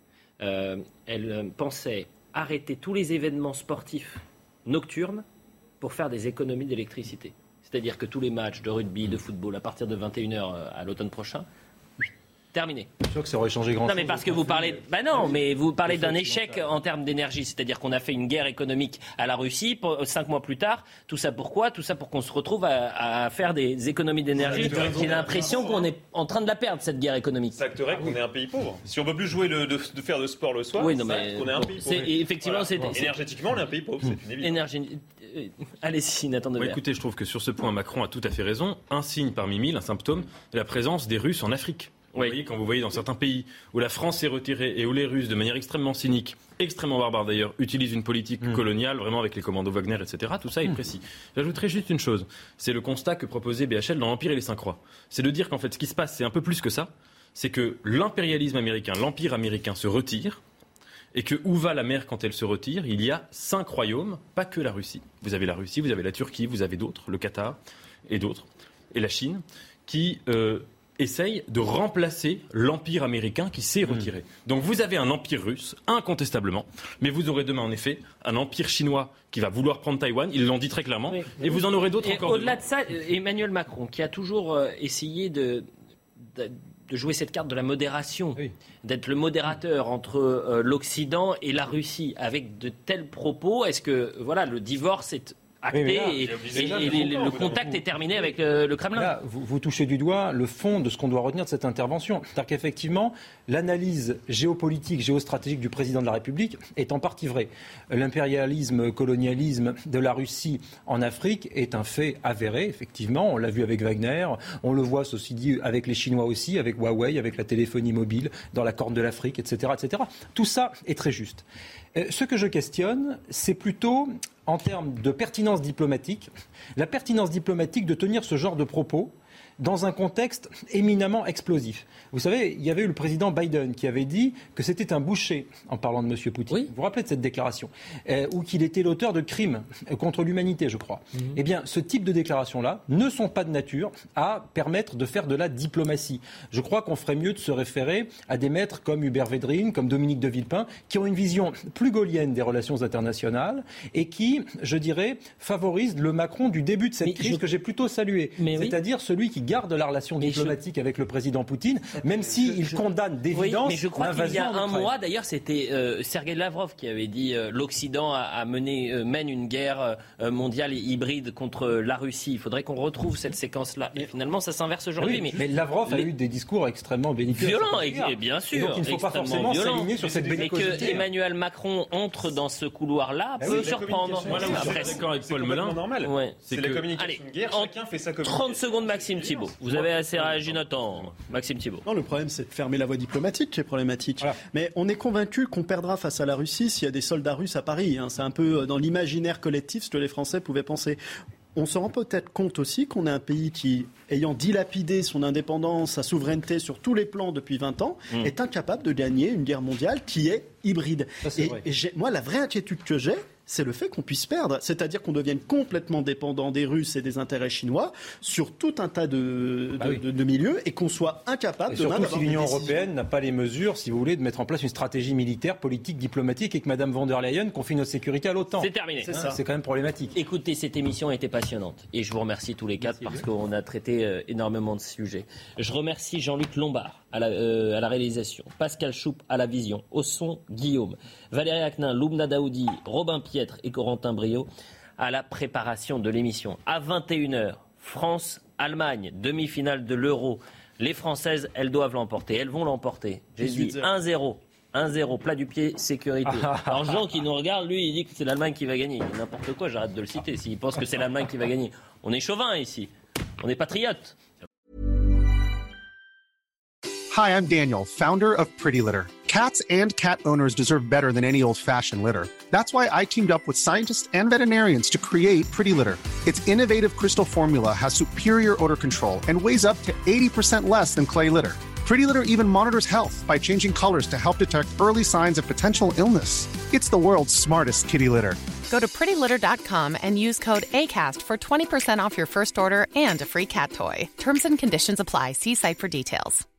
Euh, elle euh, pensait arrêter tous les événements sportifs nocturnes pour faire des économies d'électricité. C'est-à-dire que tous les matchs de rugby, de football, à partir de vingt et une heures à l'automne prochain, terminé. Je suis sûr que ça aurait changé grand-chose. Non, mais parce que vous parlez... Bah non, mais vous parlez d'un échec en termes d'énergie. C'est-à-dire qu'on a fait une guerre économique à la Russie, pour, cinq mois plus tard. Tout ça pourquoi ? Tout ça pour qu'on se retrouve à, à faire des économies d'énergie. J'ai l'impression qu'on est en train de la perdre, cette guerre économique. Ça acterait qu'on est un pays pauvre. Si on ne peut plus jouer le, de, de faire de sport le soir, oui, non, mais on est un pays pauvre. Effectivement, voilà. c'est, bon, c'est... Énergétiquement, on est un pays pauvre, c'est une évidence. Énergie... Allez-y, Nathan Devers. Bon, écoutez, je trouve que sur ce point, Macron a tout à fait raison. Un signe parmi mille, un symptôme de la présence des Russes en Afrique. Vous oui. voyez, quand vous voyez dans certains pays où la France s'est retirée et où les Russes, de manière extrêmement cynique, extrêmement barbare d'ailleurs, utilisent une politique mmh. coloniale, vraiment avec les commandos Wagner, et cetera, tout ça est mmh. précis. J'ajouterai juste une chose, c'est le constat que proposait B H L dans l'Empire et les Cinq-Croix. C'est de dire qu'en fait, ce qui se passe, c'est un peu plus que ça, c'est que l'impérialisme américain, l'empire américain se retire, et que où va la mer quand elle se retire ? Il y a cinq royaumes, pas que la Russie. Vous avez la Russie, vous avez la Turquie, vous avez d'autres, le Qatar et d'autres, et la Chine, qui... Euh, essaye de remplacer l'empire américain qui s'est retiré. Mmh. Donc vous avez un empire russe, incontestablement, mais vous aurez demain, en effet, un empire chinois qui va vouloir prendre Taïwan, ils l'ont dit très clairement, oui. et vous en aurez d'autres et encore. Au-delà de ça, Emmanuel Macron, qui a toujours essayé de... de... de jouer cette carte de la modération, oui. d'être le modérateur entre euh, l'Occident et la Russie, avec de tels propos, est-ce que voilà, le divorce est acté oui, là, et, et, et, et le contact vous, est terminé avec le, le Kremlin. Là, vous, vous touchez du doigt le fond de ce qu'on doit retenir de cette intervention. C'est-à-dire qu'effectivement, l'analyse géopolitique, géostratégique du président de la République est en partie vraie. L'impérialisme, colonialisme de la Russie en Afrique est un fait avéré, effectivement. On l'a vu avec Wagner, on le voit, ceci dit, avec les Chinois aussi, avec Huawei, avec la téléphonie mobile, dans la Corne de l'Afrique, et cetera, et cetera. Tout ça est très juste. Ce que je questionne, c'est plutôt, en termes de pertinence diplomatique, la pertinence diplomatique de tenir ce genre de propos dans un contexte éminemment explosif. Vous savez, il y avait eu le président Biden qui avait dit que c'était un boucher, en parlant de M. Poutine. Oui. Vous vous rappelez de cette déclaration euh, ou qu'il était l'auteur de crimes contre l'humanité, je crois. Mmh. Eh bien, ce type de déclarations-là ne sont pas de nature à permettre de faire de la diplomatie. Je crois qu'on ferait mieux de se référer à des maîtres comme Hubert Védrine, comme Dominique de Villepin, qui ont une vision plus gaullienne des relations internationales et qui, je dirais, favorisent le Macron du début de cette mais crise je... que j'ai plutôt salué. Mais C'est-à-dire oui. celui qui garde la relation mais diplomatique je... avec le président Poutine, même s'il je... condamne d'évidence oui, mais je crois l'invasion qu'il y a un d'Ukraine. mois, d'ailleurs, c'était euh, Sergei Lavrov qui avait dit euh, l'Occident a, a mené, euh, mène une guerre euh, mondiale hybride contre la Russie. Il faudrait qu'on retrouve cette séquence-là. Et finalement, ça s'inverse aujourd'hui. Oui, mais, mais Lavrov les... a eu des discours extrêmement belliqueux. Violents, et, et bien sûr. Et donc il ne faut pas forcément violent. s'aligner sur cette bellicosité. Mais que Emmanuel Macron entre dans ce couloir-là ah peut oui, surprendre. Voilà, je suis d'accord avec Paul Melun. C'est normal. Ouais. C'est, c'est que... la communication de guerre, chacun fait sa communication. trente secondes, Maxime Thibault. Vous avez assez réagi, Nathan. Maxime Thibault. Non, le problème, c'est de fermer la voie diplomatique qui est problématique. Voilà. Mais on est convaincu qu'on perdra face à la Russie s'il y a des soldats russes à Paris. Hein. C'est un peu dans l'imaginaire collectif ce que les Français pouvaient penser. On se rend peut-être compte aussi qu'on est un pays qui, ayant dilapidé son indépendance, sa souveraineté sur tous les plans depuis vingt ans, mmh. est incapable de gagner une guerre mondiale qui est hybride. Ça, c'est et, vrai. et j'ai, moi, la vraie inquiétude que j'ai, c'est le fait qu'on puisse perdre, c'est-à-dire qu'on devienne complètement dépendant des Russes et des intérêts chinois sur tout un tas de, bah de, oui. de, de milieux et qu'on soit incapable et demain surtout si l'Union des européenne n'a pas les mesures, si vous voulez, de mettre en place une stratégie militaire, politique, diplomatique et que Mme von der Leyen confie notre sécurité à l'OTAN. C'est terminé. C'est, hein, c'est quand même problématique. Écoutez, cette émission a été passionnante et je vous remercie tous les quatre Merci parce bien. qu'on a traité euh, énormément de sujets. Je remercie Jean-Luc Lombard à la, euh, à la réalisation, Pascal Choup à la vision, au son Guillaume, Valérie Aknin, Loubna Daoudi, Robin Pietre et Corentin Brio à la préparation de l'émission. À vingt et une heures, France-Allemagne, demi-finale de l'Euro. Les Françaises, elles doivent l'emporter. Elles vont l'emporter. J'ai dit un zéro. un zéro, plat du pied, sécurité. Alors Jean qui nous regarde, lui, il dit que c'est l'Allemagne qui va gagner. Il dit n'importe quoi, j'arrête de le citer. S'il pense que c'est l'Allemagne qui va gagner. On est chauvin ici. On est patriote. Hi, I'm Daniel, founder of Pretty Litter. Cats and cat owners deserve better than any old-fashioned litter. That's why I teamed up with scientists and veterinarians to create Pretty Litter. Its innovative crystal formula has superior odor control and weighs up to eighty percent less than clay litter. Pretty Litter even monitors health by changing colors to help detect early signs of potential illness. It's the world's smartest kitty litter. Go to pretty litter dot com and use code ACAST for twenty percent off your first order and a free cat toy. Terms and conditions apply. See site for details.